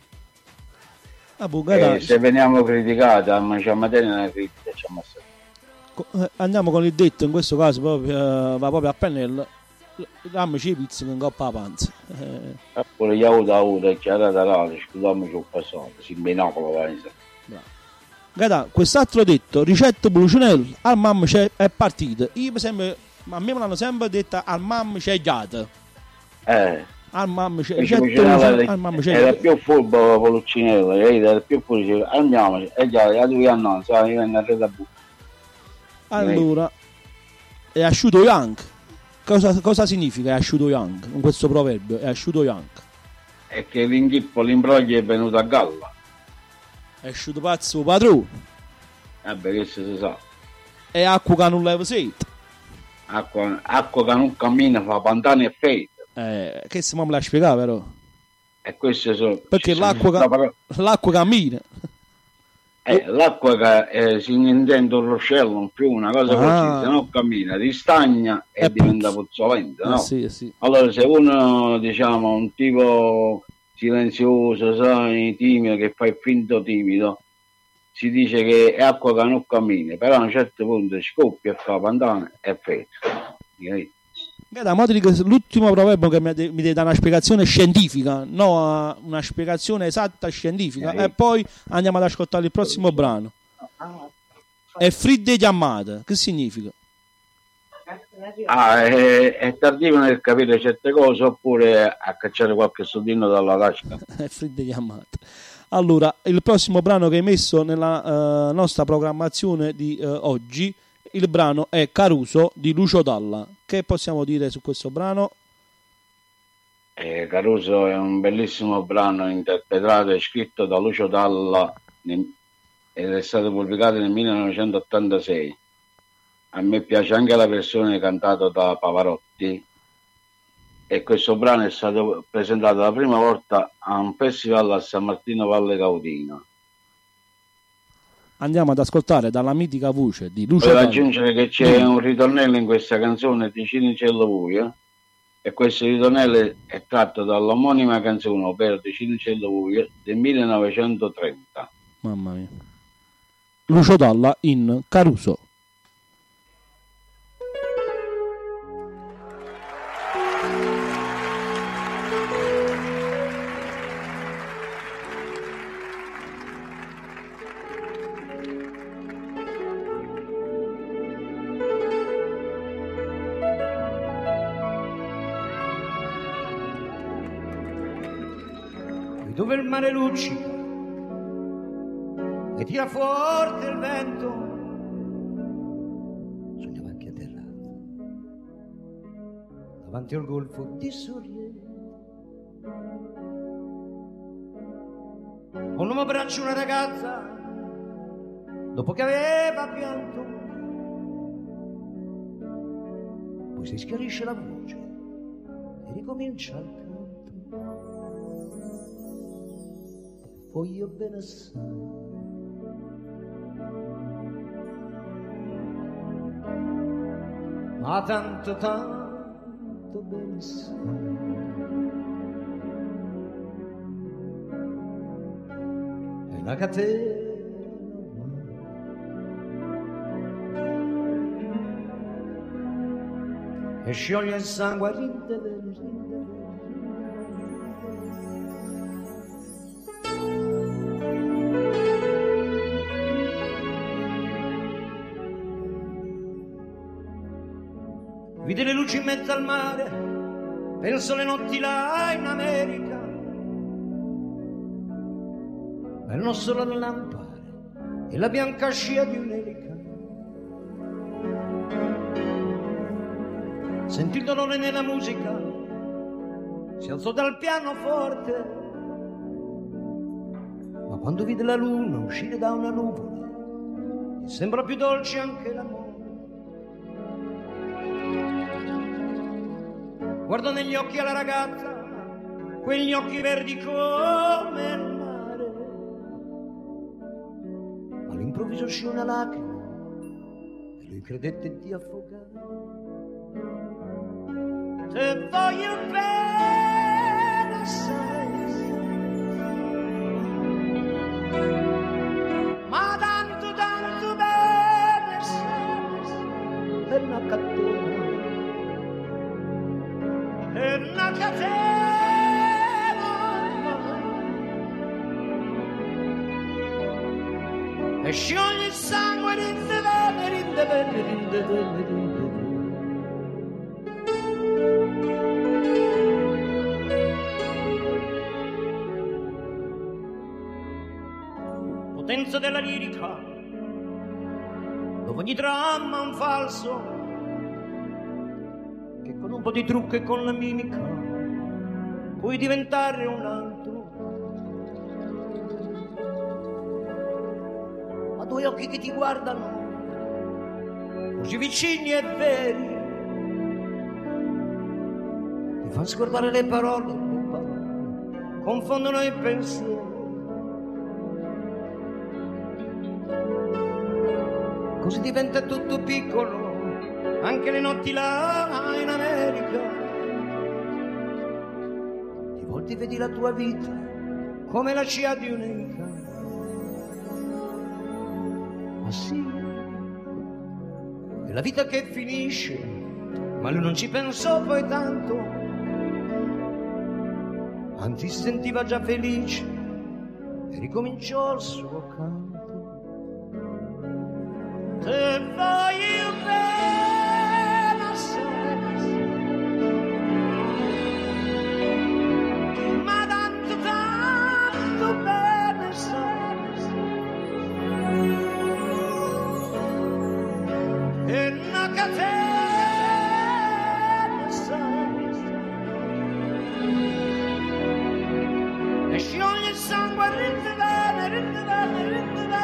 Se veniamo criticati a materia una critica ci andiamo con il detto, in questo caso proprio, va proprio a pennello, dammici i pizzi in coppa a panza. Pure gli auto e chiara da là, scusami sul passato, si binocolo Gata, quest'altro detto, ricette Blucinello, al mamma è partita. Io per esempio, a me me l'hanno sempre detta, al mamma c'è ghiata. Al mamma c'è era più furbo Poluccinello, era più furbo, andiamoci, e già la tua non sa, io vengo a Redabu. Allora, è asciutto young. Cosa significa è asciutto young? In questo proverbio è asciutto young. È che l'imbroglio è venuto a galla. È asciutto pazzo padrone. Questo si sa. È acqua che non leva sete. Acqua che non cammina fa pantani e fede. Che se me la spiegare però. E questo perché l'acqua cammina. L'acqua che si intende un ruscello, un fiume, una cosa così, se non cammina, ristagna e diventa puzzolente, no? Sì. Allora se uno, diciamo, un tipo silenzioso, sai, timido, che fa il finto timido, si dice che è acqua che non cammina, però a un certo punto scoppia e fa pantane e fede. L'ultimo proverbio che mi deve dare una spiegazione scientifica, no, una spiegazione esatta scientifica, e poi andiamo ad ascoltare il prossimo brano. È fridde chiamata, che significa? È tardivo nel capire certe cose oppure a cacciare qualche soldino dalla tasca. È fridde chiamata. Allora, il prossimo brano che hai messo nella nostra programmazione di oggi, il brano è Caruso di Lucio Dalla. Che possiamo dire su questo brano? Caruso è un bellissimo brano interpretato e scritto da Lucio Dalla ed è stato pubblicato nel 1986. A me piace anche la versione cantata da Pavarotti e questo brano è stato presentato la prima volta a un festival a San Martino Valle Caudina. Andiamo ad ascoltare dalla mitica voce di Lucio Dalla. Voglio aggiungere che c'è un ritornello in questa canzone di Cinicello Vuia e questo ritornello è tratto dall'omonima canzone, ovvero di Cinicello Vuia del 1930. Mamma mia. Lucio Dalla in Caruso. dove il mare luccica e tira forte il vento, sognava anche atterrato davanti al golfo di Sorrento. Un uomo abbraccia una ragazza dopo che aveva pianto, poi si schiarisce la voce e ricomincia il canto. Voglio bene assai, ma tanto tanto bene sai. È una catena e scioglie il sangue a rinde. Vide le luci in mezzo al mare, penso le notti là in America, ma il nostro lampare e la bianca scia di un'elica. Sentì il dolore nella musica, si alzò dal pianoforte, ma quando vide la luna uscire da una nuvola, gli sembra più dolce anche l'amore. Guardò negli occhi alla ragazza, quegli occhi verdi come il mare. All'improvviso uscì una lacrima e lui credette di affogare. Te voglio bene assai, ma tanto tanto bene assai, per una catena. È una catena e scioglie il sangue, rinde bene, rinde bene, rinde bene, rinde bene. Potenza della lirica, dove ogni dramma è un falso, con un po' di trucco e con la mimica puoi diventare un altro. Ma due occhi che ti guardano così vicini e veri ti fanno scordare le parole, confondono i pensieri. Così diventa tutto piccolo, anche le notti là in America. Di volte vedi la tua vita come la scia di un'elica. Ma sì, è la vita che finisce, ma lui non ci pensò poi tanto, anzi si sentiva già felice e ricominciò il suo canto. Te voglio bene assai, ma tanto tanto bene assai, e una catena assai, e scioglie il sangue, rinde bene, rinde bene, rinde bene.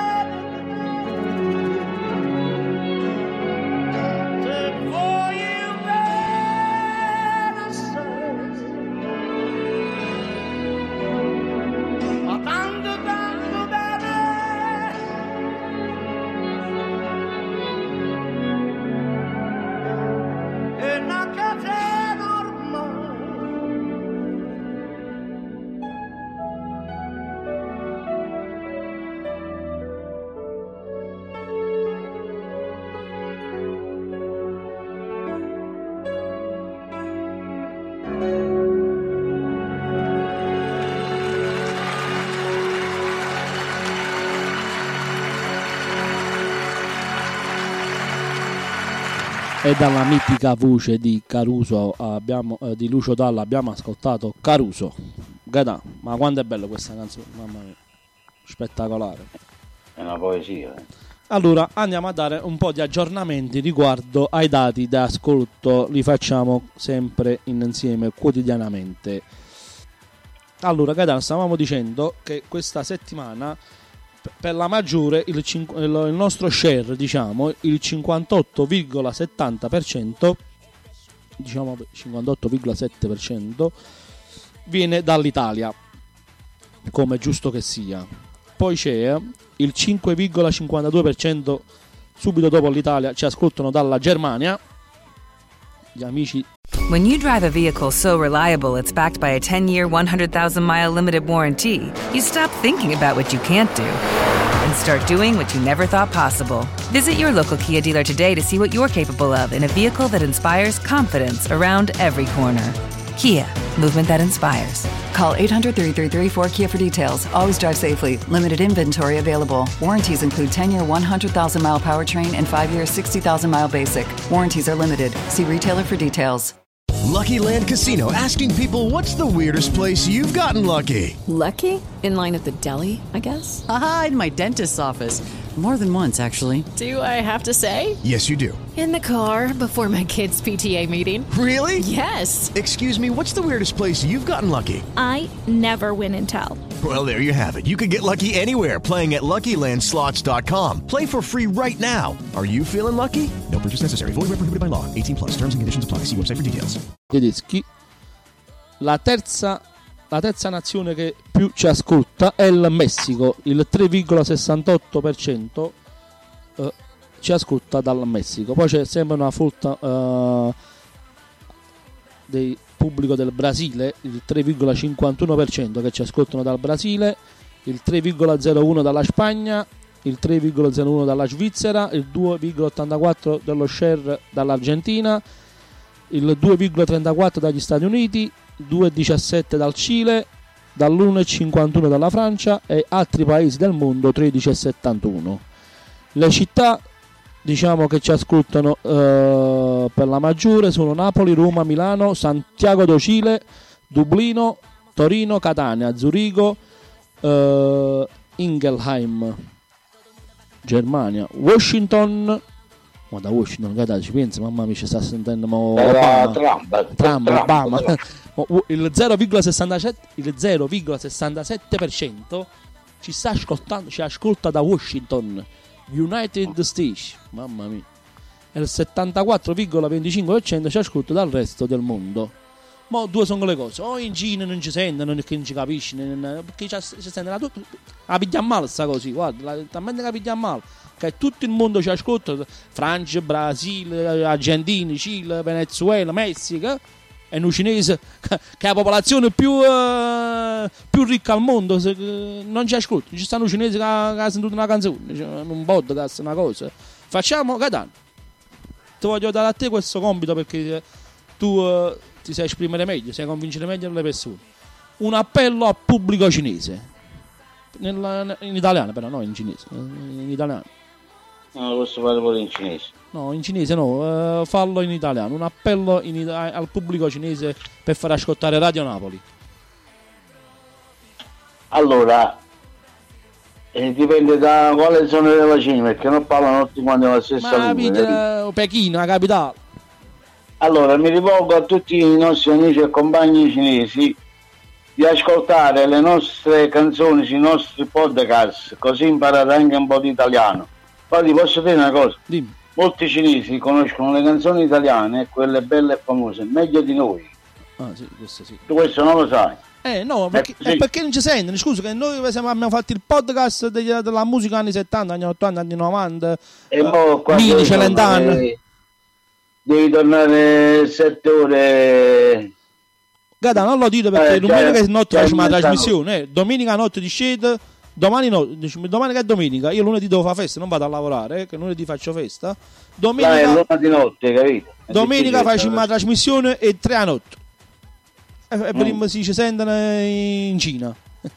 E dalla mitica voce di Caruso di Lucio Dalla abbiamo ascoltato Caruso. Gaetano, ma quanto è bella questa canzone, mamma mia, spettacolare. È una poesia. Allora andiamo a dare un po' di aggiornamenti riguardo ai dati da ascolto, li facciamo sempre insieme quotidianamente. Allora Gaetano, stavamo dicendo che questa settimana per la maggiore il nostro share, diciamo il 58,70%, diciamo 58,7%, viene dall'Italia, come è giusto che sia. Poi c'è il 5,52%, subito dopo l'Italia ci ascoltano dalla Germania gli amici. When you drive a vehicle so reliable it's backed by a 10-year, 100,000-mile limited warranty, you stop thinking about what you can't do and start doing what you never thought possible. Visit your local Kia dealer today to see what you're capable of in a vehicle that inspires confidence around every corner. Kia, movement that inspires. Call 800-333-4KIA for details. Always drive safely. Limited inventory available. Warranties include 10-year 100,000-mile powertrain and 5-year 60,000-mile basic. Warranties are limited. See retailer for details. Lucky Land Casino, asking people, what's the weirdest place you've gotten lucky? Lucky? In line at the deli, I guess? Aha, in my dentist's office. More than once, actually. Do I have to say? Yes, you do. In the car before my kids' PTA meeting. Really? Yes. Excuse me, what's the weirdest place you've gotten lucky? I never win and tell. Well, there you have it. You can get lucky anywhere, playing at LuckyLandSlots.com. Play for free right now. Are you feeling lucky? No purchase necessary. Void where prohibited by law. 18+. Terms and conditions apply. See website for details. Tedeschi. La terza nazione che più ci ascolta è il Messico, il 3,68% ci ascolta dal Messico. Poi c'è sempre una folta del pubblico del Brasile, il 3,51% che ci ascoltano dal Brasile, il 3,01% dalla Spagna, il 3,01% dalla Svizzera, il 2,84% dello share dall'Argentina, il 2,34% dagli Stati Uniti, 2,17% dal Cile, dall'1,51% dalla Francia e altri paesi del mondo 13,71%. Le città, diciamo, che ci ascoltano per la maggiore sono Napoli, Roma, Milano, Santiago do Cile, Dublino, Torino, Catania, Zurigo, Ingelheim, Germania, Washington. Ma da Washington, guardate, ci pensa, mamma mia, ci sta sentendo Trump, Obama. Il 0,67% ci sta ascoltando, ci ascolta da Washington, United States, mamma mia. E il 74,25% ci ascolta dal resto del mondo. Ma due sono le cose: o in Cina non ci sentono perché non ci capisci, perché ci sentono la pigliamo male sta cosa, guarda, talmente la pigliamo male che tutto il mondo ci ascolta, Francia, Brasile, Argentina, Cile, Venezuela, Messico, e noi cinesi che è la popolazione più ricca al mondo non ci ascoltano. Ci stanno cinesi che hanno sentito una canzone, un podcast, una cosa. Facciamo, Gaetano, ti voglio dare a te questo compito perché tu ti sai esprimere meglio, sai convincere meglio le persone. Un appello al pubblico cinese, in italiano però, no in cinese, in italiano. No, lo posso fare pure in cinese. No, in cinese no, fallo in italiano. Un appello al pubblico cinese per far ascoltare Radio Napoli. Allora, dipende da quale zona della Cina, perché non parlano tutti quanti la stessa lingua. Pechino, la capitale. Allora, mi rivolgo a tutti i nostri amici e compagni cinesi di ascoltare le nostre canzoni sui nostri podcast, così imparate anche un po' di italiano. Poi ti posso dire una cosa: dimmi. Molti cinesi conoscono le canzoni italiane, quelle belle e famose, meglio di noi. Ah sì, questo sì. Tu questo non lo sai. No, perché non ci sentono? Scusa, che noi abbiamo fatto il podcast della musica anni 70, anni 80, anni 90. E mo Mini, Celentano. Devi tornare 7 ore. Gaetano, non lo dite perché domenica notte facciamo la trasmissione. Domenica notte di scede. Domani che è domenica, io lunedì devo fare festa, non vado a lavorare, che lunedì faccio festa. Domenica è l'una di notte, capito? Domenica facciamo una trasmissione e 3 a notte. E prima si ci sentono in Cina.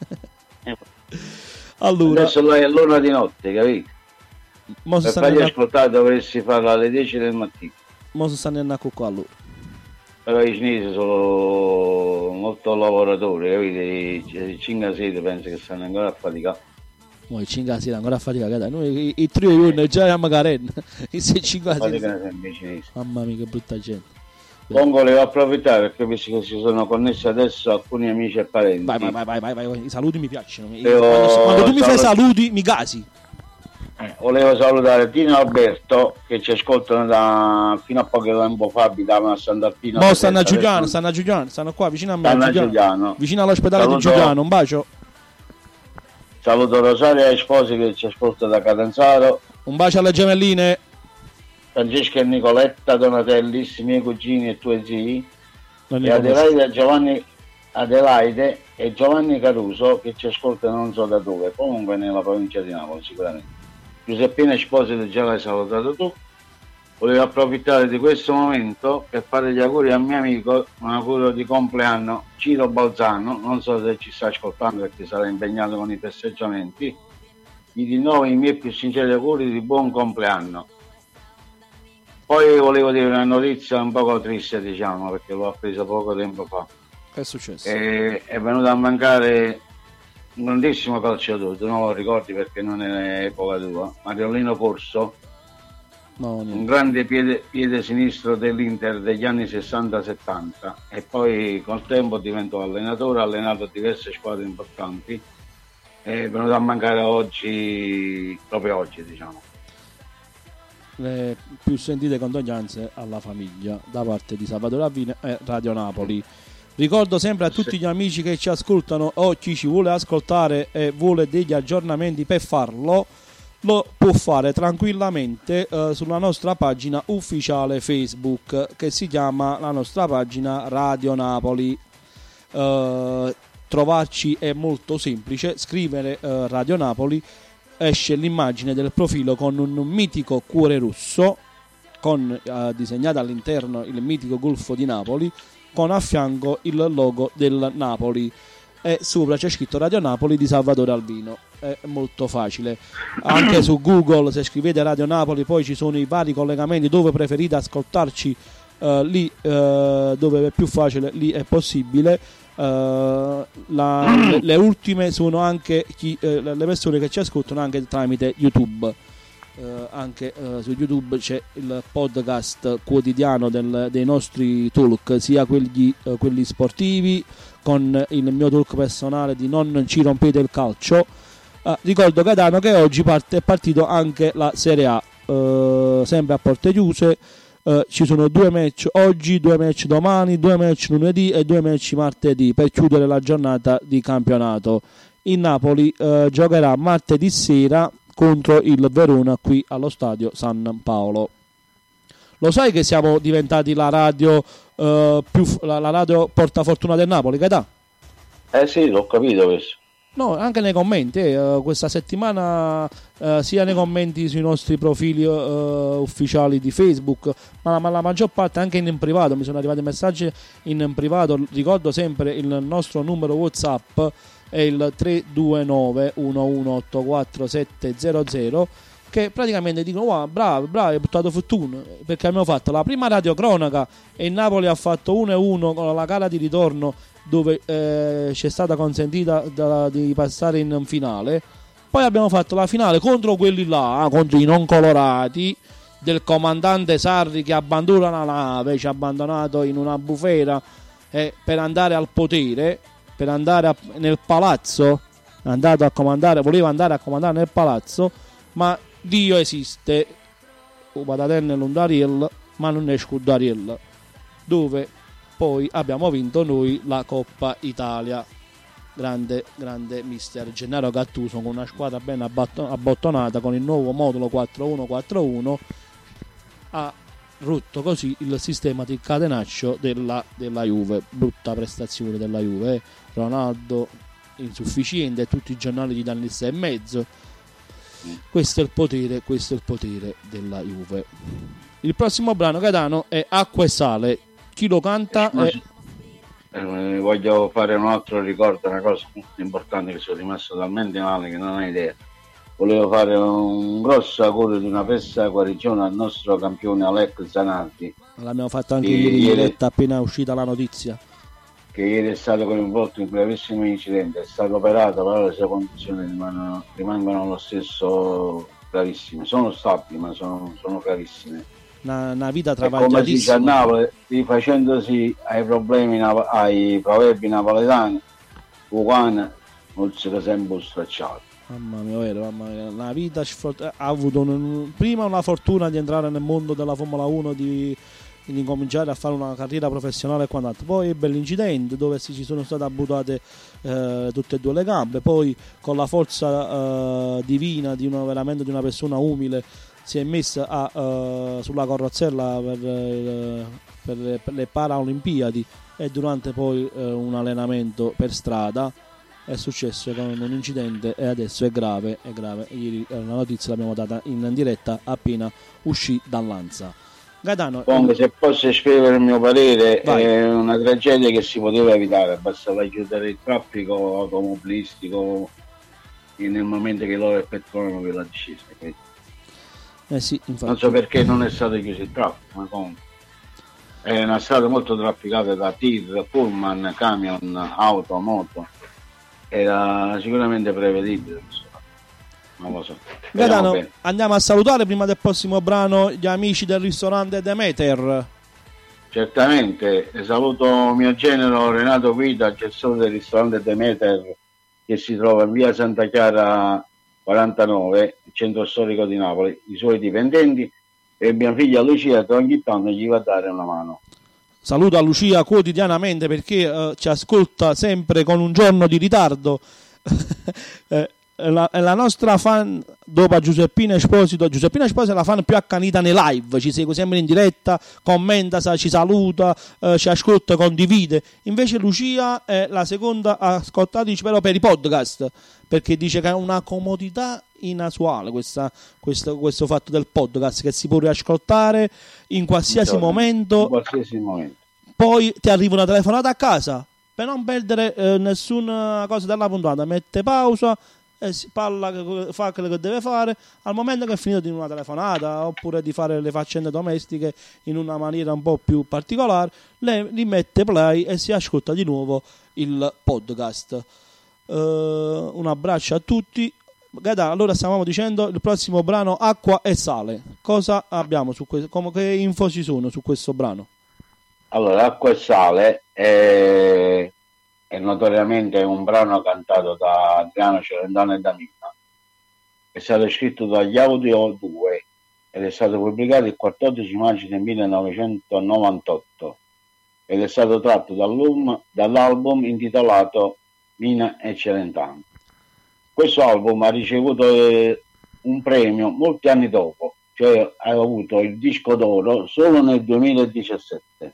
Allora, adesso là è l'una di notte, capito? Per fargli ascoltare dovresti farlo alle 10 del mattino. Mo si stanno andando qua allora. però i cinesi sono molto lavoratori, capite? I 5-6 penso che stanno ancora a faticare. Noi 5 sera ancora a fatica, noi i 3 giorni già siamo a Carena, i 5 sera. Mamma mia che brutta gente. Comunque volevo approfittare perché visto che si sono connessi adesso alcuni amici e parenti. Vai, i saluti mi piacciono. Quando tu mi fai saluti mi gasi. Volevo salutare Tino e Alberto che ci ascoltano fino a poco tempo fa, abitavano a Sant'Alpino. No, stanno a Giuliano, stanno qua vicino a me, a Giuliano. Vicino all'ospedale di Giuliano, un bacio. Saluto Rosario e ai sposi che ci ascoltano da Catanzaro. Un bacio alle gemelline. Francesca e Nicoletta, Donatelli, i miei cugini e tuoi zii, e Adelaide e Giovanni Caruso che ci ascoltano non so da dove, comunque nella provincia di Napoli sicuramente. Giuseppina Esposito già l'hai salutato tu. Volevo approfittare di questo momento per fare gli auguri al mio amico, un augurio di compleanno, Ciro Balzano, non so se ci sta ascoltando perché sarà impegnato con i festeggiamenti, gli rinnovo i miei più sinceri auguri di buon compleanno. Poi volevo dire una notizia un poco triste, diciamo, perché l'ho appresa poco tempo fa. Che è successo? È venuto a mancare un grandissimo calciatore, tu non lo ricordi perché non è epoca tua, Mariolino Corso, un grande piede sinistro dell'Inter degli anni 60-70 e poi col tempo diventò allenatore, ha allenato diverse squadre importanti, è venuto a mancare oggi, proprio oggi, diciamo. Le più sentite condoglianze alla famiglia da parte di Salvatore Avvine e Radio Napoli. Ricordo sempre a tutti gli amici che ci ascoltano o chi ci vuole ascoltare e vuole degli aggiornamenti per farlo, lo può fare tranquillamente sulla nostra pagina ufficiale Facebook che si chiama la nostra pagina Radio Napoli. Trovarci è molto semplice, scrivere Radio Napoli, esce l'immagine del profilo con un mitico cuore rosso con disegnato all'interno il mitico Golfo di Napoli con a fianco il logo del Napoli e sopra c'è scritto Radio Napoli di Salvatore Albino. È molto facile, anche su Google se scrivete Radio Napoli poi ci sono i vari collegamenti dove preferite ascoltarci, lì dove è più facile lì è possibile. Le ultime sono anche le persone che ci ascoltano anche tramite YouTube, anche su YouTube c'è il podcast quotidiano dei nostri talk, sia quelli sportivi con il mio talk personale di Non ci rompete il calcio. Ricordo Gaetano che oggi è partito anche la Serie A, sempre a porte chiuse. Ci sono 2 match oggi, 2 match domani, 2 match lunedì e 2 match martedì per chiudere la giornata di campionato. Il Napoli giocherà martedì sera contro il Verona qui allo stadio San Paolo. Lo sai che siamo diventati la radio la radio portafortuna del Napoli, Gaetà? Sì, l'ho capito questo. No, anche nei commenti, questa settimana sia nei commenti sui nostri profili ufficiali di Facebook, ma la maggior parte anche in privato, mi sono arrivati messaggi in privato. Ricordo sempre il nostro numero WhatsApp è il 329 1184 700 che praticamente dicono wow, bravo, hai buttato fortuna perché abbiamo fatto la prima radiocronaca e il Napoli ha fatto 1-1 con la gara di ritorno dove c'è stata consentita di passare in finale. Poi abbiamo fatto la finale contro quelli là, contro i non colorati del comandante Sarri che abbandona la nave, ci ha abbandonato in una bufera per andare al potere, per andare nel palazzo, voleva andare a comandare nel palazzo, ma Dio esiste, Patatenne l'Undariel, ma non è Scudariel, dove poi abbiamo vinto noi la Coppa Italia. Grande mister Gennaro Gattuso con una squadra ben abbottonata con il nuovo modulo 4-1-4-1 ha rotto così il sistema di catenaccio della Juve. Brutta prestazione della Juve, Ronaldo insufficiente, tutti i giornali gli danno il 6,5. Questo è il potere della Juve. Il prossimo brano, Gaetano, è Acqua e Sale. Chi lo canta voglio fare un altro ricordo, una cosa molto importante che sono rimasto talmente male che non ho idea. volevo fare un grosso augurio di una presta guarigione al nostro campione Alec Zanardi. L'abbiamo fatto anche ieri in diretta appena uscita la notizia. Che ieri è stato coinvolto in un gravissimo incidente, è stato operato, però le sue condizioni rimangono lo stesso gravissime. Sono stabili, ma sono gravissime. Una vita travagliatissima. Come si dice a Napoli, rifacendosi ai problemi, ai proverbi napoletani, Uguana non si è sempre stracciato. Mamma mia, una vita ha avuto prima una fortuna di entrare nel mondo della Formula 1, di cominciare a fare una carriera professionale e quant'altro. Poi ebbe l'incidente dove ci sono state amputate tutte e due le gambe. Poi con la forza divina veramente di una persona umile si è messa sulla carrozzella per le Paralimpiadi, e durante poi un allenamento per strada è successo con un incidente e adesso è grave. Ieri la notizia l'abbiamo data in diretta appena uscì dall'Anza. Gaetano, se posso esprimere il mio parere, vai. È una tragedia che si poteva evitare, bastava chiudere il traffico automobilistico nel momento che loro effettuavano quella discesa. Sì, infatti. Non so perché non è stato chiuso il traffico, ma comunque è una strada molto trafficata da tir, pullman, camion, auto, moto. Era sicuramente prevedibile, non lo so. Gaetano, andiamo a salutare prima del prossimo brano gli amici del ristorante Demeter. Certamente, saluto mio genero Renato Guida, gestore del ristorante Demeter, che si trova in via Santa Chiara 49, centro storico di Napoli, i suoi dipendenti e mia figlia Lucia, che ogni tanto gli va a dare una mano. Saluto a Lucia quotidianamente perché ci ascolta sempre con un giorno di ritardo. La nostra fan dopo a Giuseppina Esposito è la fan più accanita nei live, ci segue sempre in diretta, commenta, ci saluta, ci ascolta, condivide. Invece Lucia è la seconda ascoltatrice però per i podcast, perché dice che è una comodità inasuale questo fatto del podcast, che si può riascoltare in qualsiasi momento. Poi ti arriva una telefonata a casa, per non perdere nessuna cosa della puntata, mette pausa e si parla, fa quello che deve fare al momento che è finito di una telefonata, oppure di fare le faccende domestiche in una maniera un po' più particolare, lei li mette play e si ascolta di nuovo il podcast. Un abbraccio a tutti. Gaetano, allora stavamo dicendo il prossimo brano, Acqua e Sale. Cosa abbiamo su questo? Che info ci sono su questo brano? Allora, Acqua e Sale è notoriamente un brano cantato da Adriano Celentano e da Mina. È stato scritto dagli Audio 2 ed è stato pubblicato il 14 maggio del 1998 ed è stato tratto dall'album intitolato Mina e Celentano. Questo album ha ricevuto un premio molti anni dopo, cioè ha avuto il disco d'oro solo nel 2017.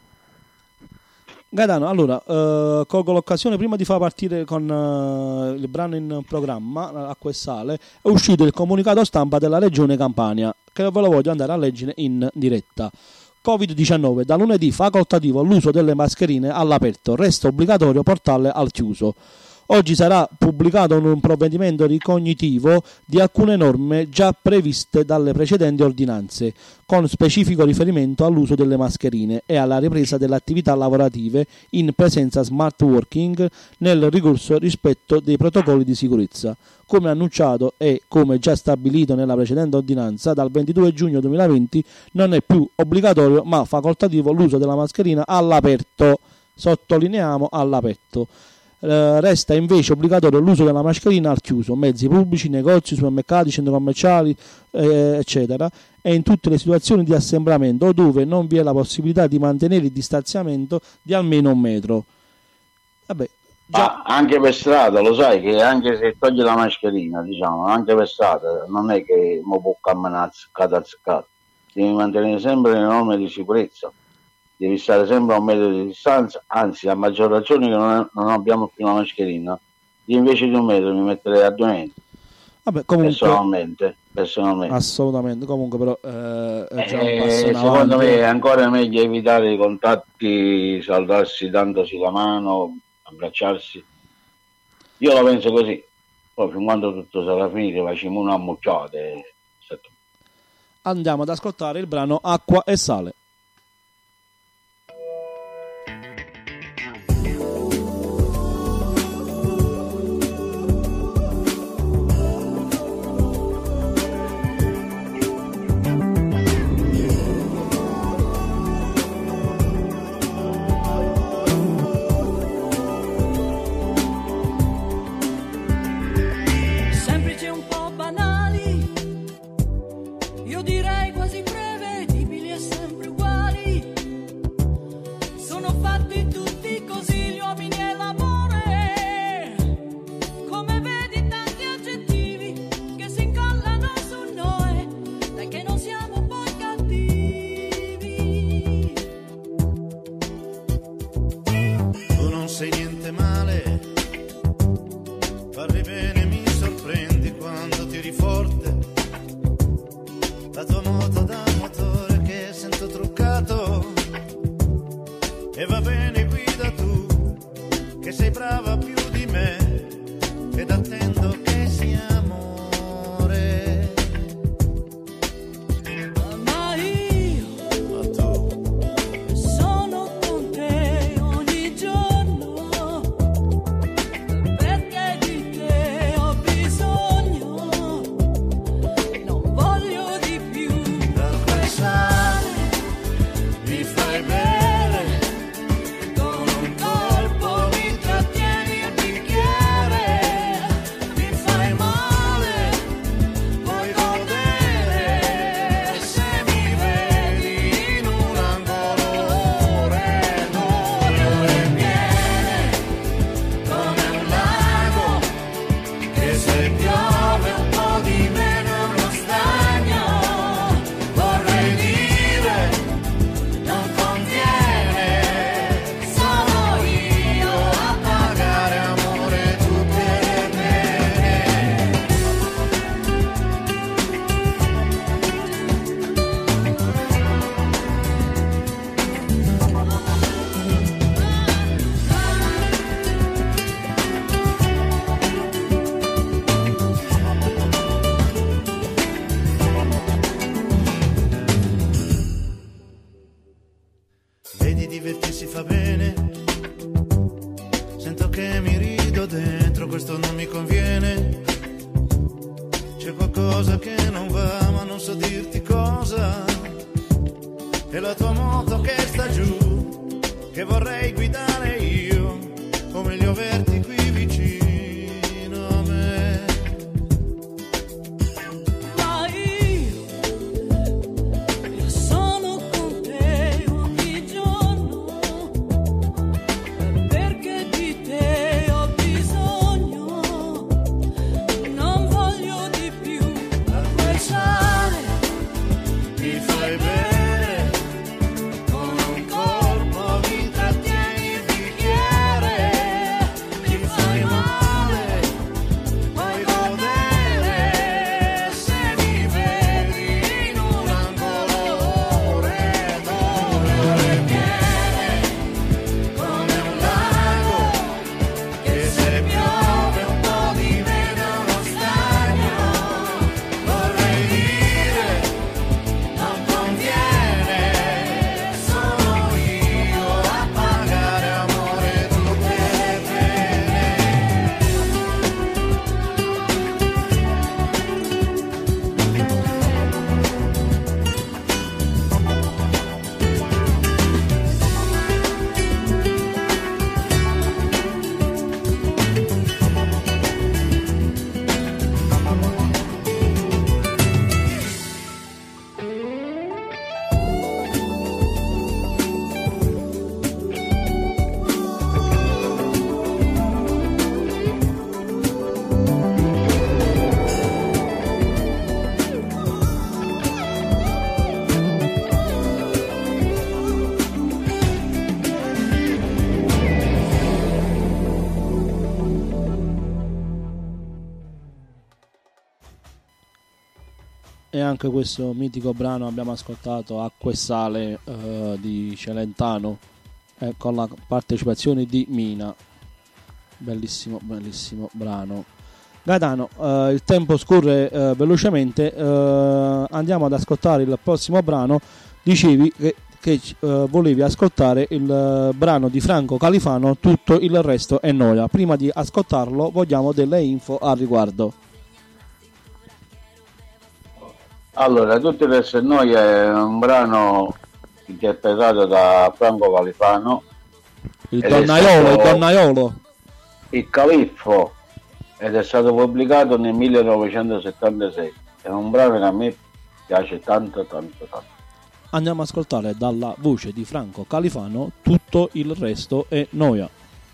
Gaetano, allora, colgo l'occasione prima di far partire con il brano in programma, Acqua e Sale, è uscito il comunicato stampa della Regione Campania, che ve lo voglio andare a leggere in diretta. Covid-19, da lunedì facoltativo l'uso delle mascherine all'aperto, resta obbligatorio portarle al chiuso. Oggi sarà pubblicato un provvedimento ricognitivo di alcune norme già previste dalle precedenti ordinanze, con specifico riferimento all'uso delle mascherine e alla ripresa delle attività lavorative in presenza smart working nel rigoroso rispetto dei protocolli di sicurezza. Come annunciato e come già stabilito nella precedente ordinanza, dal 22 giugno 2020 non è più obbligatorio ma facoltativo l'uso della mascherina all'aperto. Sottolineiamo all'aperto. Resta invece obbligatorio l'uso della mascherina al chiuso, mezzi pubblici, negozi, supermercati, centri commerciali, eccetera, e in tutte le situazioni di assembramento dove non vi è la possibilità di mantenere il distanziamento di almeno 1 metro. Vabbè, già... anche per strada, lo sai che anche se togli la mascherina, diciamo, anche per strada non è che mo può camminare ziccato, devi mantenere sempre le norme di sicurezza. Devi stare sempre a 1 metro di distanza, anzi a maggior ragione che non abbiamo più una mascherina, io invece di 1 metro mi metterei a 2 metri. Vabbè, comunque, personalmente. Assolutamente, comunque però è già un passo in secondo avanti. me è ancora meglio evitare i contatti, salutarsi dandosi la mano, abbracciarsi. Io la penso così. Poi fin quando tutto sarà finito facciamo una mucciata. Andiamo ad ascoltare il brano Acqua e Sale. Semplici e un po' banali, io direi quasi prevedibili e sempre uguali. Sono fatti tutti così gli uomini e l'amore. Come vedi tanti aggettivi che si incollano su noi, dai che non siamo poi cattivi. Tu non sei niente male, parli bene, mi sorprendi quando tiri forte. La tua moto da motore che sento truccato. E va bene, guida tu, che sei brava più di me, ed attendo che sia amore. Ma io sono con te ogni giorno, perché di te ho bisogno, non voglio di più. D'acqua e sale mi fai bere, con un colpo mi trattieni il bicchiere, mi fai male, vuoi godere, se mi vedi in un angolo ore piene, come un lago, che se piove un po' di meno è uno stagno, vorrei dire, non conviene, sono io a pagare amore tutte le pene. Vedi, divertirsi fa bene, sento che mi rido dentro, questo non mi conviene. C'è qualcosa che non va, ma non so dirti cosa. E la tua moto che sta giù, che vorrei guidare io, o meglio averti qui vicino a me. Ma io sono con te ogni giorno, perché di te ho bisogno, non voglio di più. Acqua e sale Mi fai bere, con un colpo mi trattieni il bicchiere, mi fai male, vuoi godere, se mi vedi in un angolo ore piene, come un lago, che se piove un po' di meno è uno stagno, vorrei dire, non conviene, sono io a pagare amore tutte le pene. E anche questo mitico brano abbiamo ascoltato, Acqua e Sale, di Celentano, con la partecipazione di Mina. Bellissimo, bellissimo brano. Gaetano, il tempo scorre velocemente, andiamo ad ascoltare il prossimo brano. Dicevi che volevi ascoltare il brano di Franco Califano, Tutto il resto è noia. Prima di ascoltarlo vogliamo delle info al riguardo. Allora, Tutto il resto è noia è un brano interpretato da Franco Califano, il donnaiolo, il Califfo, ed è stato pubblicato nel 1976. È un brano che a me piace tanto. Andiamo a ascoltare dalla voce di Franco Califano Tutto il resto è noia.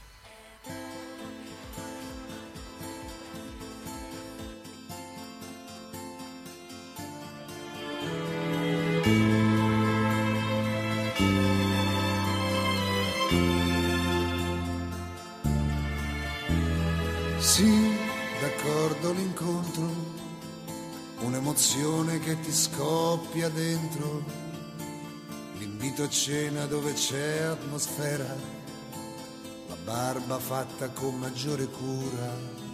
Sì, d'accordo l'incontro, un'emozione che ti scoppia dentro, l'invito a cena dove c'è atmosfera, la barba fatta con maggiore cura,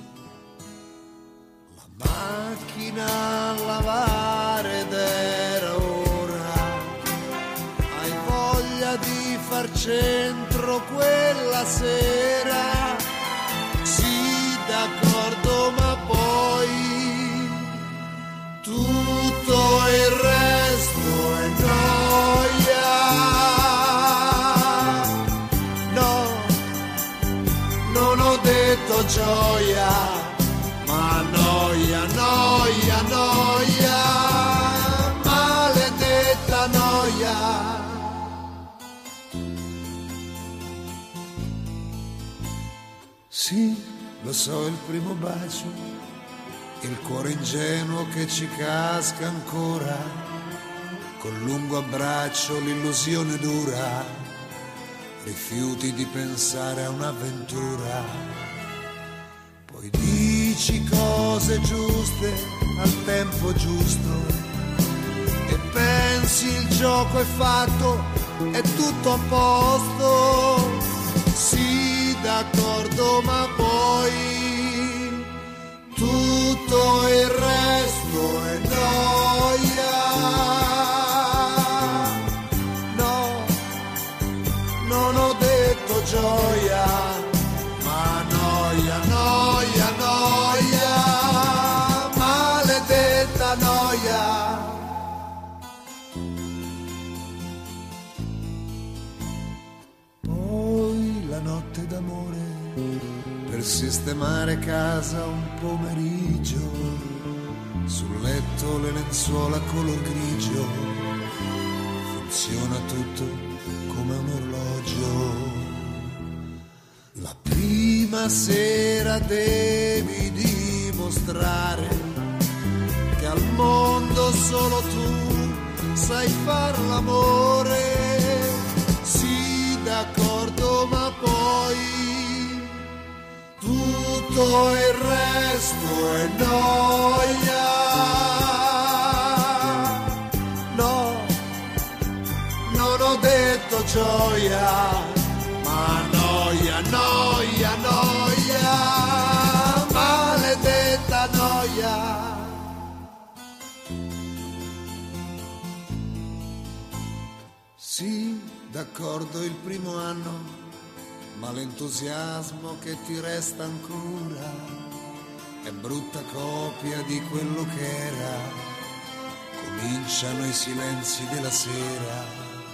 la macchina a lavare ed era ora, hai voglia di far centro quella sera, sì d'accordo ma poi tutto il resto è noia. No, non ho detto gioia, ma noia, maledetta noia. Sì, lo so, il primo bacio, il cuore ingenuo che ci casca ancora, col lungo abbraccio l'illusione dura, rifiuti di pensare a un'avventura, poi dici cose giuste al tempo giusto e pensi il gioco è fatto, è tutto a posto, sì d'accordo ma poi tutto il resto è noia. No, non ho detto gioia, ma noia, maledetta noia. Poi la notte d'amore per sistemare casa un pomeriggio, sul letto le lenzuola color grigio, funziona tutto come un orologio. La prima sera devi dimostrare che al mondo solo tu sai far l'amore, sì d'accordo ma poi tutto il resto è noia. No, non ho detto gioia, ma noia, maledetta noia. Sì, d'accordo il primo anno, ma l'entusiasmo che ti resta ancora è brutta copia di quello che era. Cominciano i silenzi della sera,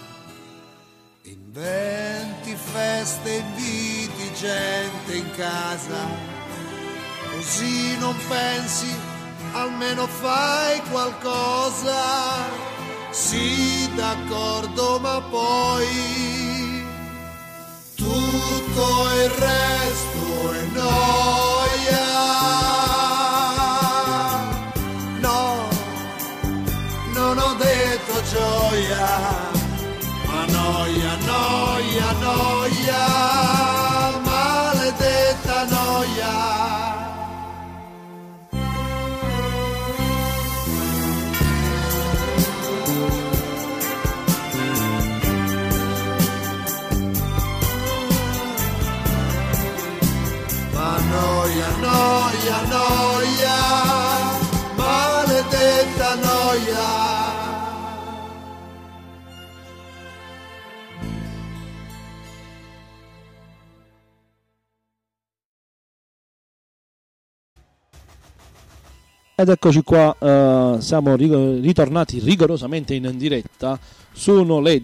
inventi feste, inviti gente in casa, così non pensi, almeno fai qualcosa. Sì, d'accordo, ma poi tutto il resto è noia. No, non ho detto gioia, ma noia, maledetta noia. noia, noia, maledetta noia. Ed eccoci qua, siamo ritornati rigorosamente in diretta. Sono le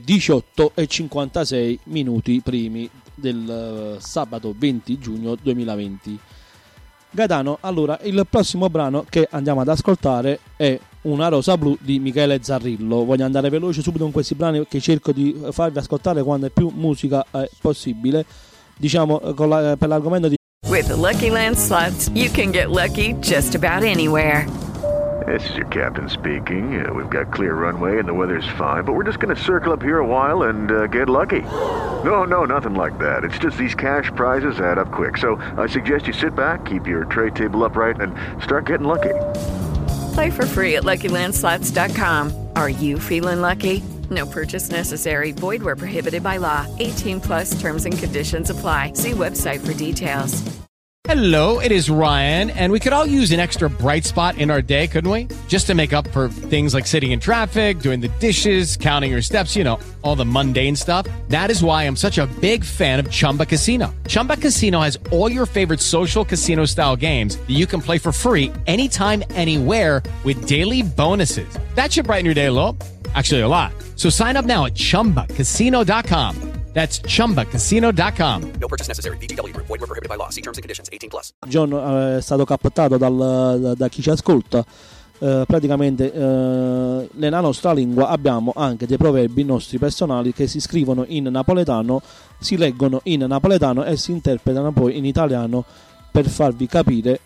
18:56 minuti primi del sabato 20 giugno 2020. Gaetano, allora il prossimo brano che andiamo ad ascoltare è Una rosa blu di Michele Zarrillo. Voglio andare veloce subito con questi brani che cerco di farvi ascoltare quando è più musica possibile, diciamo per l'argomento di With the Lucky Land Slots, you can get lucky just about anywhere. This is your captain speaking. We've got clear runway and the weather's fine, but we're just going to circle up here a while and get lucky. No, nothing like that. It's just these cash prizes add up quick. So I suggest you sit back, keep your tray table upright, and start getting lucky. Play for free at LuckyLandSlots.com. Are you feeling lucky? No purchase necessary. Void where prohibited by law. 18 plus terms and conditions apply. See website for details. Hello, it is Ryan, and we could all use an extra bright spot in our day, couldn't we? Just to make up for things like sitting in traffic, doing the dishes, counting your steps, you know, all the mundane stuff. That is why I'm such a big fan of Chumba Casino. Chumba Casino has all your favorite social casino-style games that you can play for free anytime, anywhere with daily bonuses. That should brighten your day a little. Actually, a lot. So sign up now at ChumbaCasino.com. That's ChumbaCasino.com. No purchase necessary. VGW Group. Void where prohibited by law. See terms and conditions. 18 plus. John è stato captato da chi ci ascolta. Praticamente nella nostra lingua abbiamo anche dei proverbi nostri personali che si scrivono in napoletano, si leggono in napoletano e si interpretano poi in italiano per farvi capire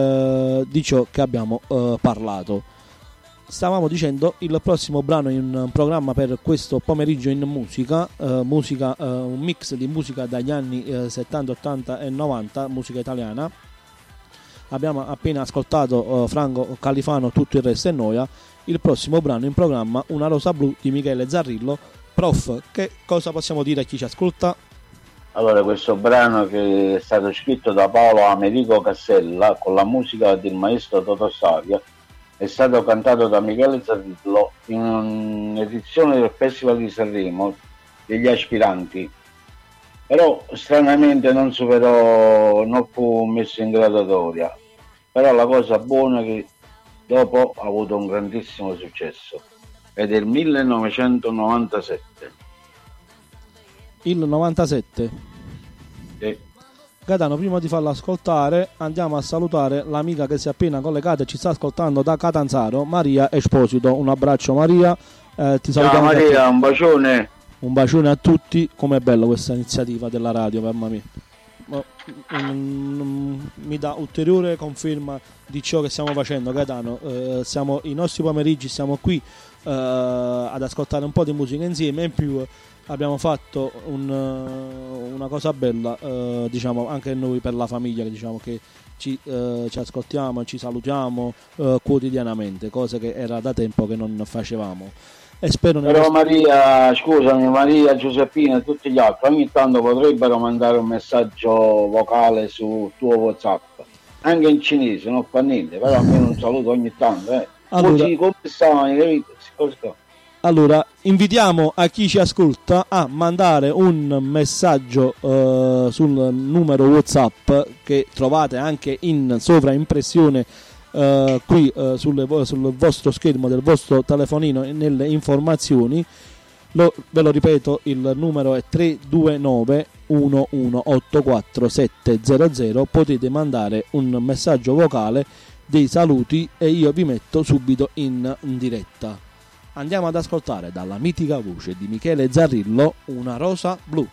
di ciò che abbiamo parlato. Stavamo dicendo il prossimo brano in programma per questo pomeriggio in musica, un mix di musica dagli anni 70, 80 e 90, musica italiana. Abbiamo appena ascoltato Franco Califano, Tutto il resto è noia. Il prossimo brano in programma, Una rosa blu di Michele Zarrillo. Prof, che cosa possiamo dire a chi ci ascolta? Allora, questo brano che è stato scritto da Paolo Americo Cassella con la musica del maestro Totò Savia è stato cantato da Michele Zarrillo in un'edizione del Festival di Sanremo degli aspiranti, però stranamente non fu messo in graduatoria. Però la cosa buona è che dopo ha avuto un grandissimo successo. È del 1997. Il 97? Sì. Gaetano, prima di farlo ascoltare andiamo a salutare l'amica che si è appena collegata e ci sta ascoltando da Catanzaro, Maria Esposito. Un abbraccio Maria, ti ciao Maria, un bacione. Un bacione a tutti. Com'è bella questa iniziativa della radio, mamma mia. Mi dà ulteriore conferma di ciò che stiamo facendo, Gaetano. I nostri pomeriggi siamo qui ad ascoltare un po' di musica insieme, in più abbiamo fatto una cosa bella, diciamo anche noi per la famiglia, diciamo che ci ascoltiamo e ci salutiamo quotidianamente, cose che era da tempo che non facevamo. E spero però Maria, scusami, Maria, Giuseppina e tutti gli altri ogni tanto potrebbero mandare un messaggio vocale su tuo WhatsApp, anche in cinese, non fa niente, però almeno un saluto ogni tanto, Allora, così come stavano, allora invitiamo a chi ci ascolta a mandare un messaggio sul numero WhatsApp che trovate anche in sovraimpressione qui sul vostro schermo del vostro telefonino nelle informazioni. Ve lo ripeto, il numero è 329 1184 700. Potete mandare un messaggio vocale, dei saluti e io vi metto subito in diretta. Andiamo ad ascoltare dalla mitica voce di Michele Zarrillo Una rosa blu.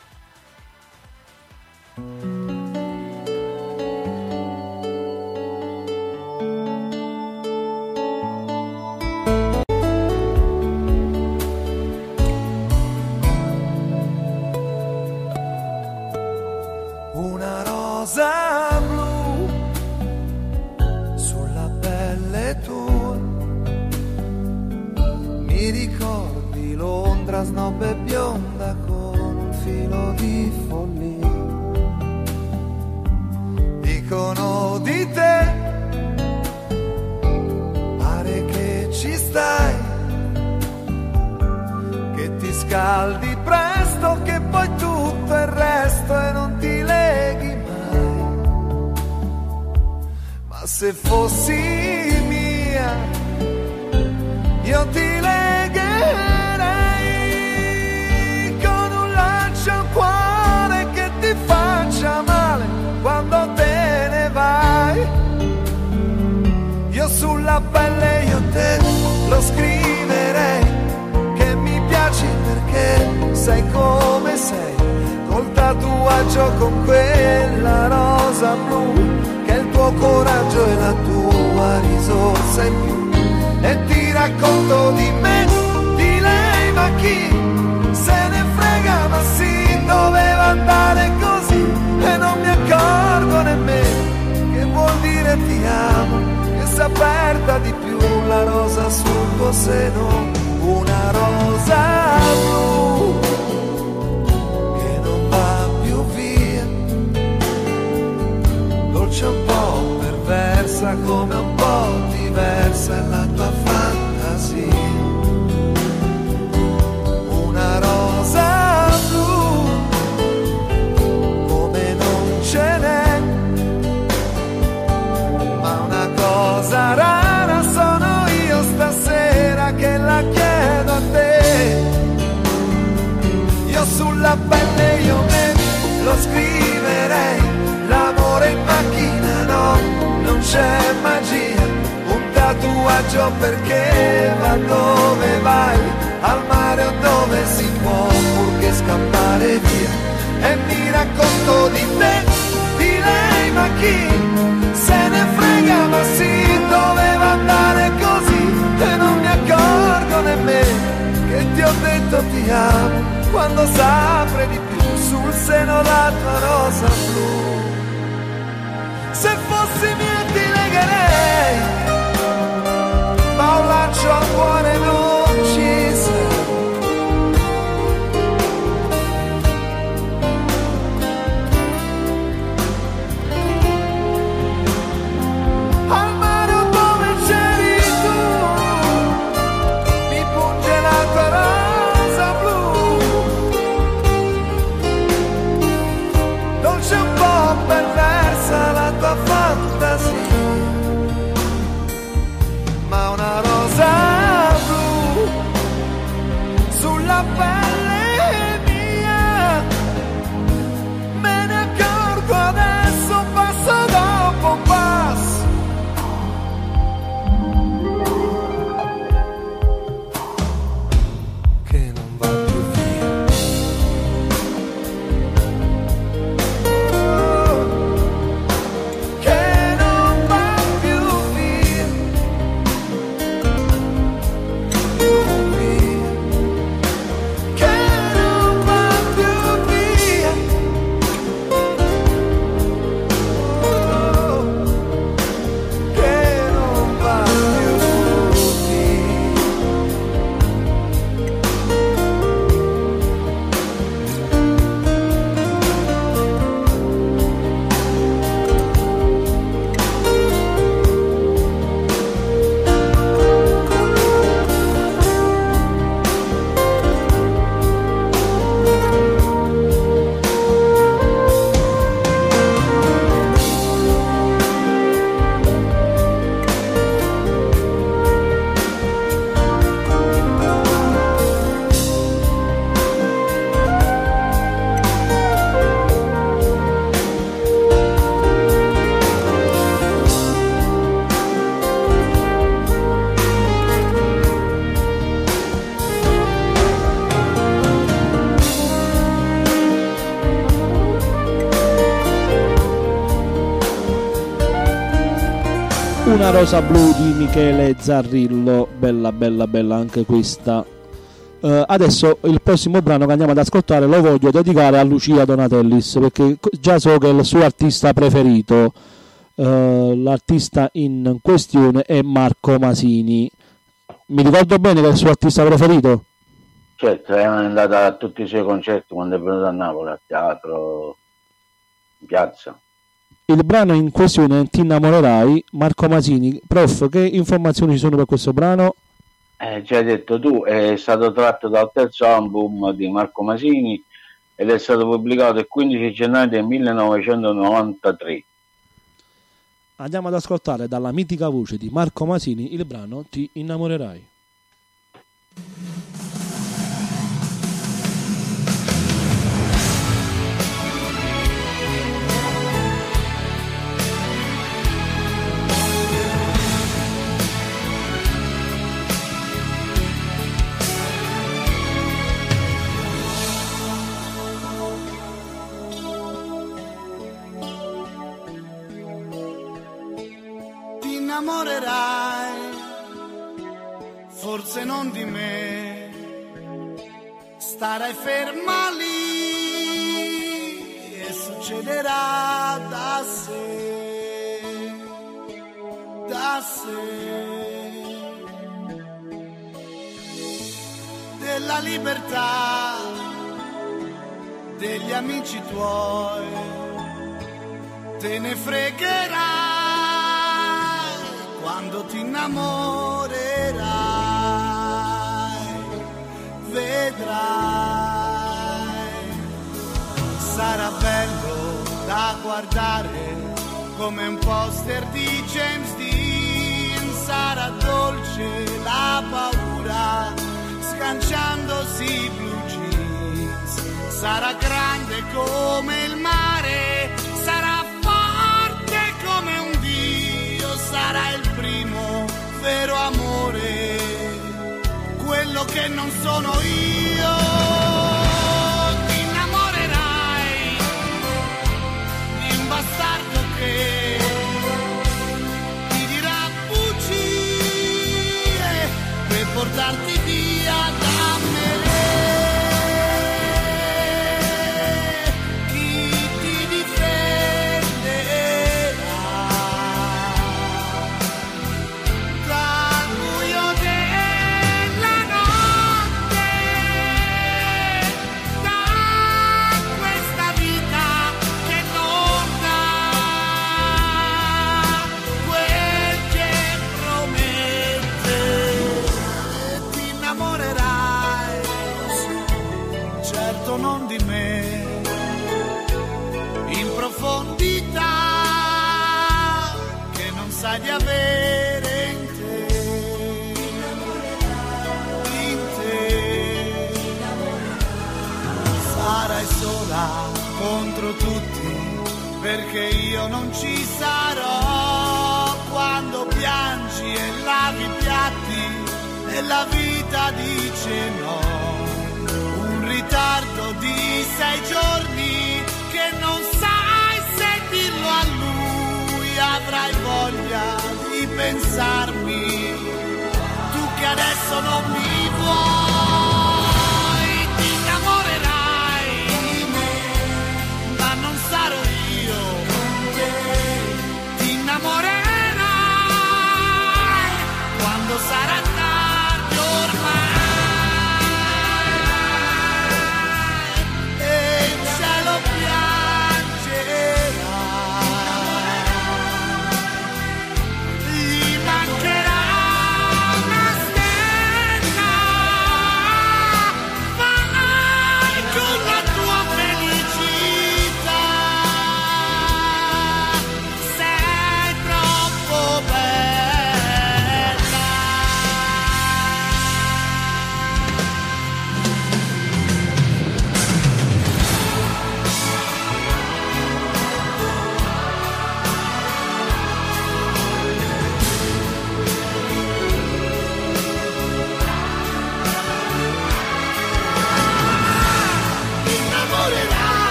Una rosa blu sulla pelle tua, mi ricordi Londra snob e bionda con un filo di follia. Dicono di scaldi presto che poi tutto il resto e non ti leghi mai. Ma se fossi mia, io ti legherei con un laccio al cuore che ti faccia male quando te ne vai. Io sulla pelle io te lo scriverei, che mi piaci perché sei come sei, col tatuaggio con quella rosa blu, che è il tuo coraggio e la tua risorsa in più. E ti racconto di me, di lei, ma chi se ne frega, ma sì, doveva andare così e non mi accorgo nemmeno che vuol dire ti amo, che si aperta di più la rosa sul tuo seno, una rosa blu che non va più via, dolce un po' perversa come un po' diversa è la tua fantasia, una rosa blu come non ce n'è, ma una cosa rara sono io stasera che la chiedo a te. Io sulla pelle io me lo scriverei, l'amore in macchina no, non c'è magia, un tatuaggio perché va dove vai, al mare o dove si può, purché scappare via. E mi racconto di te, di lei, ma chi se ne frega, ma sì, doveva andare così e non mi accorgo nemmeno che ti ho detto ti amo, quando s'apre di più sul seno la tua rosa blu. Se fossi mia ti legherei, ma un laccio al cuore non ci sei. Al mare dove c'eri tu, mi punge la tua rosa blu, dolce un po' perversa la tua fantasia, ma una rosa blu sulla pelle mia, me ne accorgo adesso, passo dopo passo. Che non va più via. Che non va più via. Che non va più via. Che non va più Una rosa blu di Michele Zarrillo, bella bella bella anche questa. Adesso il prossimo brano che andiamo ad ascoltare lo voglio dedicare a Lucia Donatellis, perché già so che è il suo artista preferito. L'artista in questione è Marco Masini. Mi ricordo bene che è il suo artista preferito? Certo, è andata a tutti i suoi concerti quando è venuto a Napoli, a teatro, in piazza. Il brano in questione è Ti innamorerai, Marco Masini. Prof, che informazioni ci sono per questo brano? Ci hai detto tu, è stato tratto dal terzo album di Marco Masini ed è stato pubblicato il 15 gennaio del 1993. Andiamo ad ascoltare dalla mitica voce di Marco Masini il brano Ti innamorerai. Forse non di me, starai ferma lì e succederà da sé, da sé. Della libertà degli amici tuoi te ne fregherai quando ti innamorerai. Vedrai, sarà bello da guardare come un poster di James Dean, sarà dolce la paura sganciandosi i blue jeans, sarà grande come il mare, sarà forte come un dio, sarà il primo vero amore, quello che non sono io. Ti innamorerai di un bastardo che ti dirà bugie per portarti via da me. Chi ti difenderà dal buio della notte, da questa vita che non dà quel che promette. E ti innamorerai, certo non di me, in profondità che non sai di avere in te, in te. Sarai sola contro tutti perché io non ci sarò quando piangi e lavi i piatti e la vita dice no. Un ritardo di 6 giorni che non sai se dirlo a lui, avrai voglia di pensarmi, tu che adesso non mi vuoi. Ti innamorerai di me, ma non sarò io, ti innamorerai quando sarà tardi ormai. Gli mancherà una stella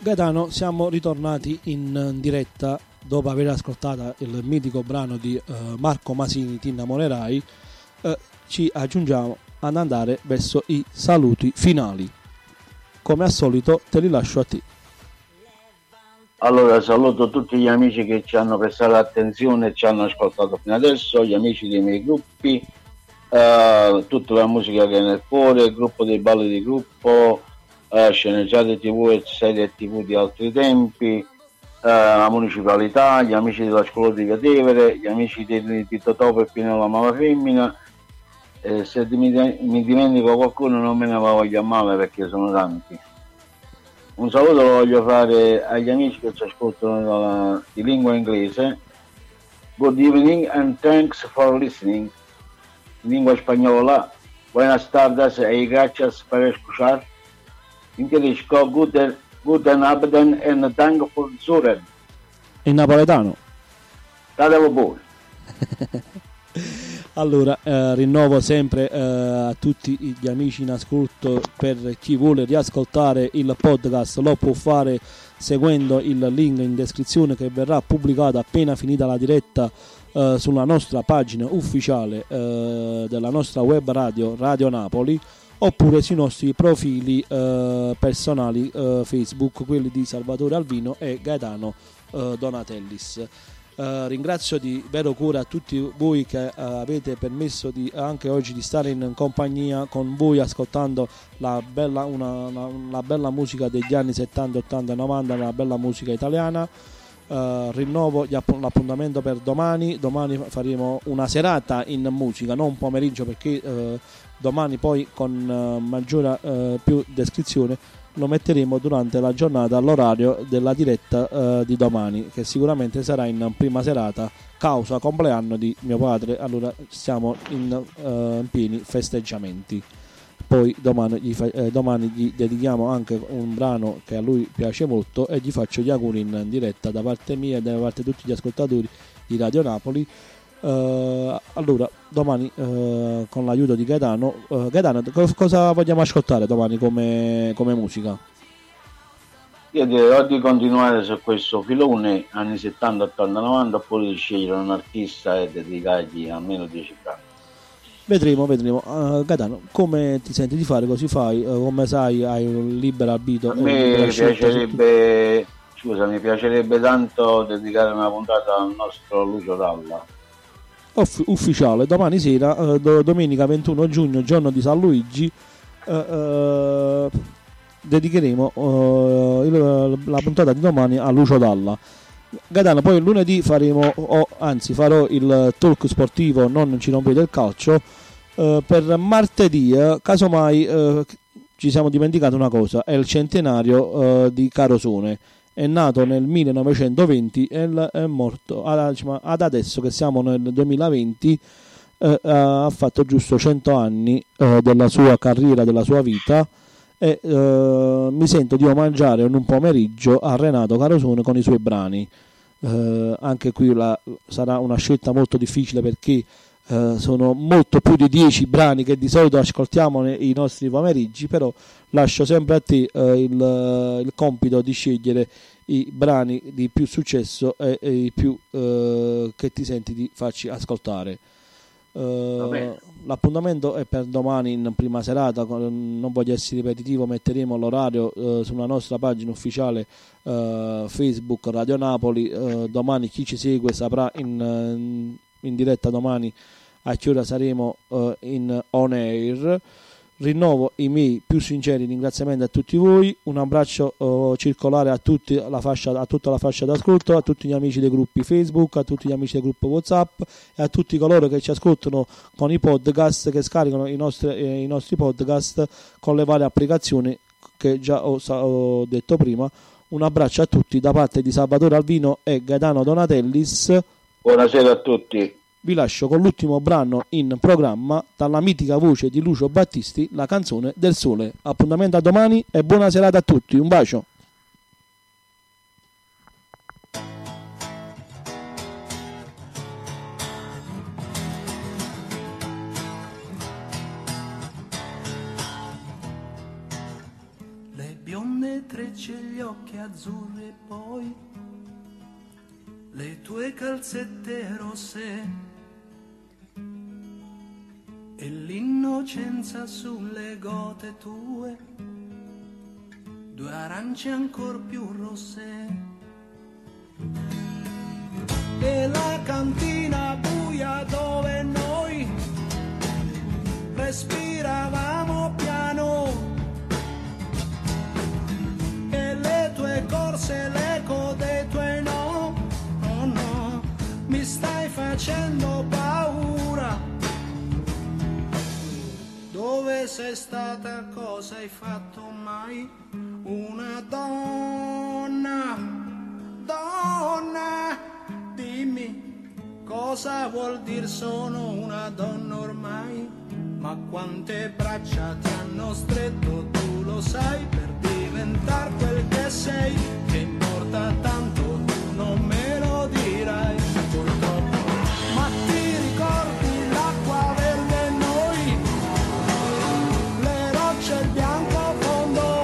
Gaetano, siamo ritornati in diretta dopo aver ascoltato il mitico brano di Marco Masini, Ti innamorerai. Ci aggiungiamo ad andare verso i saluti finali. Come al solito te li lascio a te. Allora saluto tutti gli amici che ci hanno prestato attenzione e ci hanno ascoltato fino adesso, gli amici dei miei gruppi, tutta la musica che è nel cuore, il gruppo dei balli di gruppo, sceneggiate TV e serie TV di altri tempi, la municipalità, gli amici della scuola di Catevere, gli amici di Totò e Pinola Mala Femmina. Se mi dimentico qualcuno non me ne voglio male perché sono tanti. Un saluto lo voglio fare agli amici che ci ascoltano di lingua inglese. Good evening and thanks for listening. In lingua spagnola, buenas tardes e gracias por escuchar. In tedesco, guten Abend and danke für zuhören. In napoletano. Statelo buono. Allora, rinnovo sempre a tutti gli amici in ascolto, per chi vuole riascoltare il podcast lo può fare seguendo il link in descrizione che verrà pubblicato appena finita la diretta sulla nostra pagina ufficiale della nostra web radio, Radio Napoli, oppure sui nostri profili personali Facebook, quelli di Salvatore Alvino e Gaetano Donatellis. Ringrazio di vero cuore a tutti voi che avete permesso anche oggi di stare in compagnia con voi ascoltando la bella musica degli anni 70, 80 e 90, la bella musica italiana. Rinnovo l'appuntamento per domani faremo una serata in musica, non un pomeriggio, perché domani poi con maggiore più descrizione lo metteremo durante la giornata all'orario della diretta di domani, che sicuramente sarà in prima serata causa compleanno di mio padre. Allora siamo in pieni festeggiamenti. Poi domani gli dedichiamo anche un brano che a lui piace molto e gli faccio gli auguri in diretta da parte mia e da parte di tutti gli ascoltatori di Radio Napoli. Allora domani con l'aiuto di Gaetano, cosa vogliamo ascoltare domani come musica? Io direi di continuare su questo filone anni 70, 80, 90, oppure di scegliere un artista e dedicargli almeno 10 brani. Vedremo. Gaetano, come ti senti di fare? Così fai, come sai, hai un libero arbitrio. Mi piacerebbe tanto dedicare una puntata al nostro Lucio Dalla ufficiale. Domani sera, domenica 21 giugno, giorno di San Luigi, dedicheremo la puntata di domani a Lucio Dalla. Gaetano, poi lunedì farò il talk sportivo Non ci rompete il calcio. Per martedì, casomai ci siamo dimenticati una cosa, è il centenario di Carosone. È nato nel 1920 e è morto ad adesso che siamo nel 2020. Ha fatto giusto 100 anni della sua carriera, della sua vita, e mi sento di omaggiare in un pomeriggio a Renato Carosone con i suoi brani. Anche qui sarà una scelta molto difficile, perché sono molto più di 10 brani che di solito ascoltiamo nei nostri pomeriggi, però lascio sempre a te il compito di scegliere i brani di più successo e i più che ti senti di farci ascoltare. L'appuntamento è per domani in prima serata. Non voglio essere ripetitivo, metteremo l'orario sulla nostra pagina ufficiale Facebook Radio Napoli. Domani chi ci segue saprà in diretta domani a che ora saremo in on air. Rinnovo i miei più sinceri ringraziamenti a tutti voi, un abbraccio circolare a tutta la fascia d'ascolto, a tutti gli amici dei gruppi Facebook, a tutti gli amici del gruppo WhatsApp e a tutti coloro che ci ascoltano con i podcast, che scaricano i nostri podcast con le varie applicazioni che già ho detto prima. Un abbraccio a tutti da parte di Salvatore Alvino e Gaetano Donatellis. Buonasera a tutti. Vi lascio con l'ultimo brano in programma dalla mitica voce di Lucio Battisti, La canzone del sole. Appuntamento a domani e buona serata a tutti. Un bacio. Le bionde trecce invece gli occhi azzurri e poi le tue calzette rosse e l'innocenza sulle gote tue, due arance ancor più rosse. E la cantina buia dove noi respiravamo piano, e le tue corse, l'eco dei tuoi no, oh no, mi stai facendo paura. Dove sei stata, cosa hai fatto mai? Una donna, donna, dimmi cosa vuol dire sono una donna ormai. Ma quante braccia ti hanno stretto, tu lo sai, per diventare quel che sei. Che importa tanto, tu non me lo dirai purtroppo. Ma ti ricordi l'acqua verde e noi, le rocce e il bianco fondo?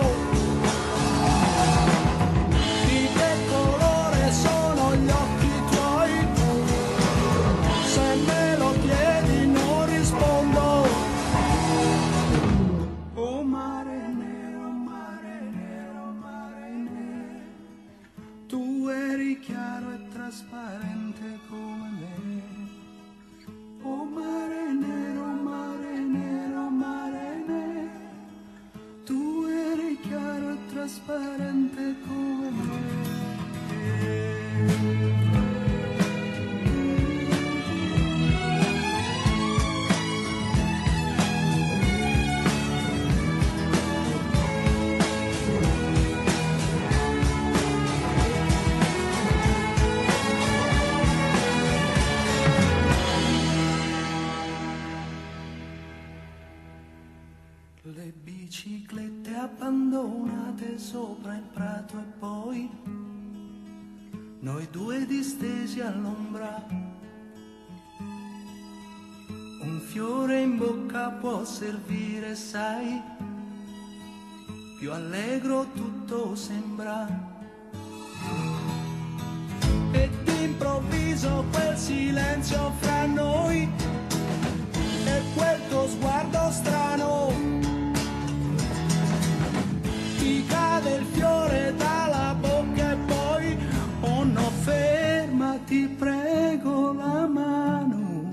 Di che colore sono gli occhi tuoi? Se me lo chiedi non rispondo. Oh mare nero, mare nero, mare nero, tu eri chiaro e trasparente come me. Oh mare nero, mare nero, mare nero, tu eri chiaro e trasparente come me. Le biciclette abbandonate sopra il prato e poi noi due distesi all'ombra. Un fiore in bocca può servire, sai, più allegro tutto sembra. E d'improvviso quel silenzio fra noi e quel tuo sguardo strano. Ti cade il fiore dalla bocca e poi, oh no, fermati, prego la mano.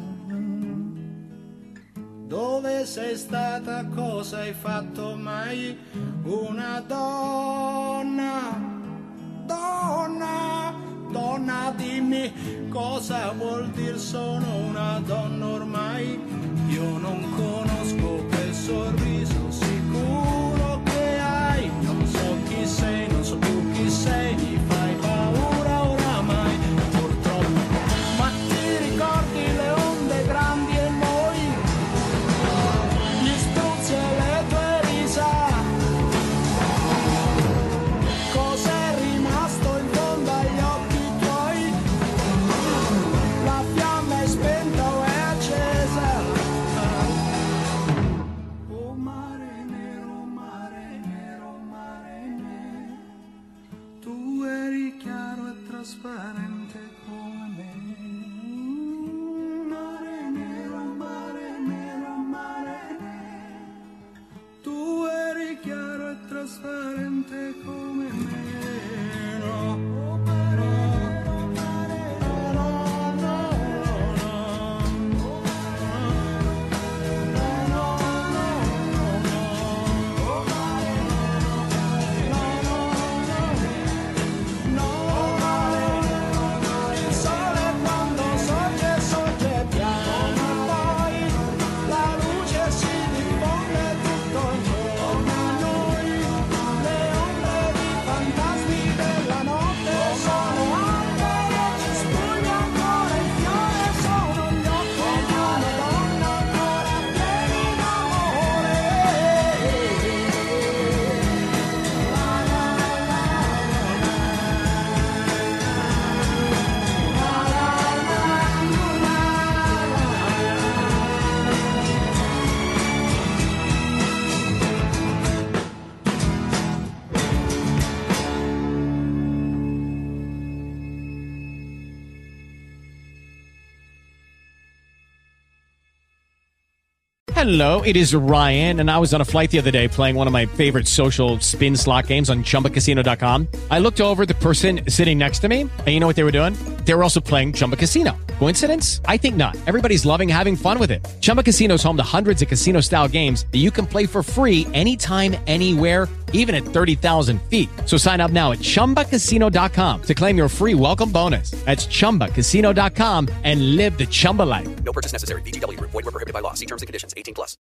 Dove sei stata, cosa hai fatto mai? Una donna, donna, donna, dimmi cosa vuol dire sono una donna ormai. Io non conosco quel sorriso sicuro che hai, non so chi sei, non so più chi sei, mi fai paura oramai, purtroppo. Ma ti ricordi le onde grandi e noi, gli spruzzi e le tue risa? Cos'è rimasto in fondo agli occhi tuoi? La fiamma è spenta o è accesa? Oh mare nero, mare nero, mare nero, tu eri chiaro e trasparente come me. Mare nero, mare nero, mare nero, tu eri chiaro e trasparente come me. No, Hello, it is Ryan, and I was on a flight the other day playing one of my favorite social spin slot games on ChumbaCasino.com. I looked over at the person sitting next to me, and you know what they were doing? They were also playing Chumba Casino. Coincidence? I think not. Everybody's loving having fun with it. Chumba Casino is home to hundreds of casino-style games that you can play for free anytime, anywhere, even at 30,000 feet. So sign up now at ChumbaCasino.com to claim your free welcome bonus. That's ChumbaCasino.com and live the Chumba life. No purchase necessary. VGW Group. Void where prohibited by law. See terms and conditions. 18+.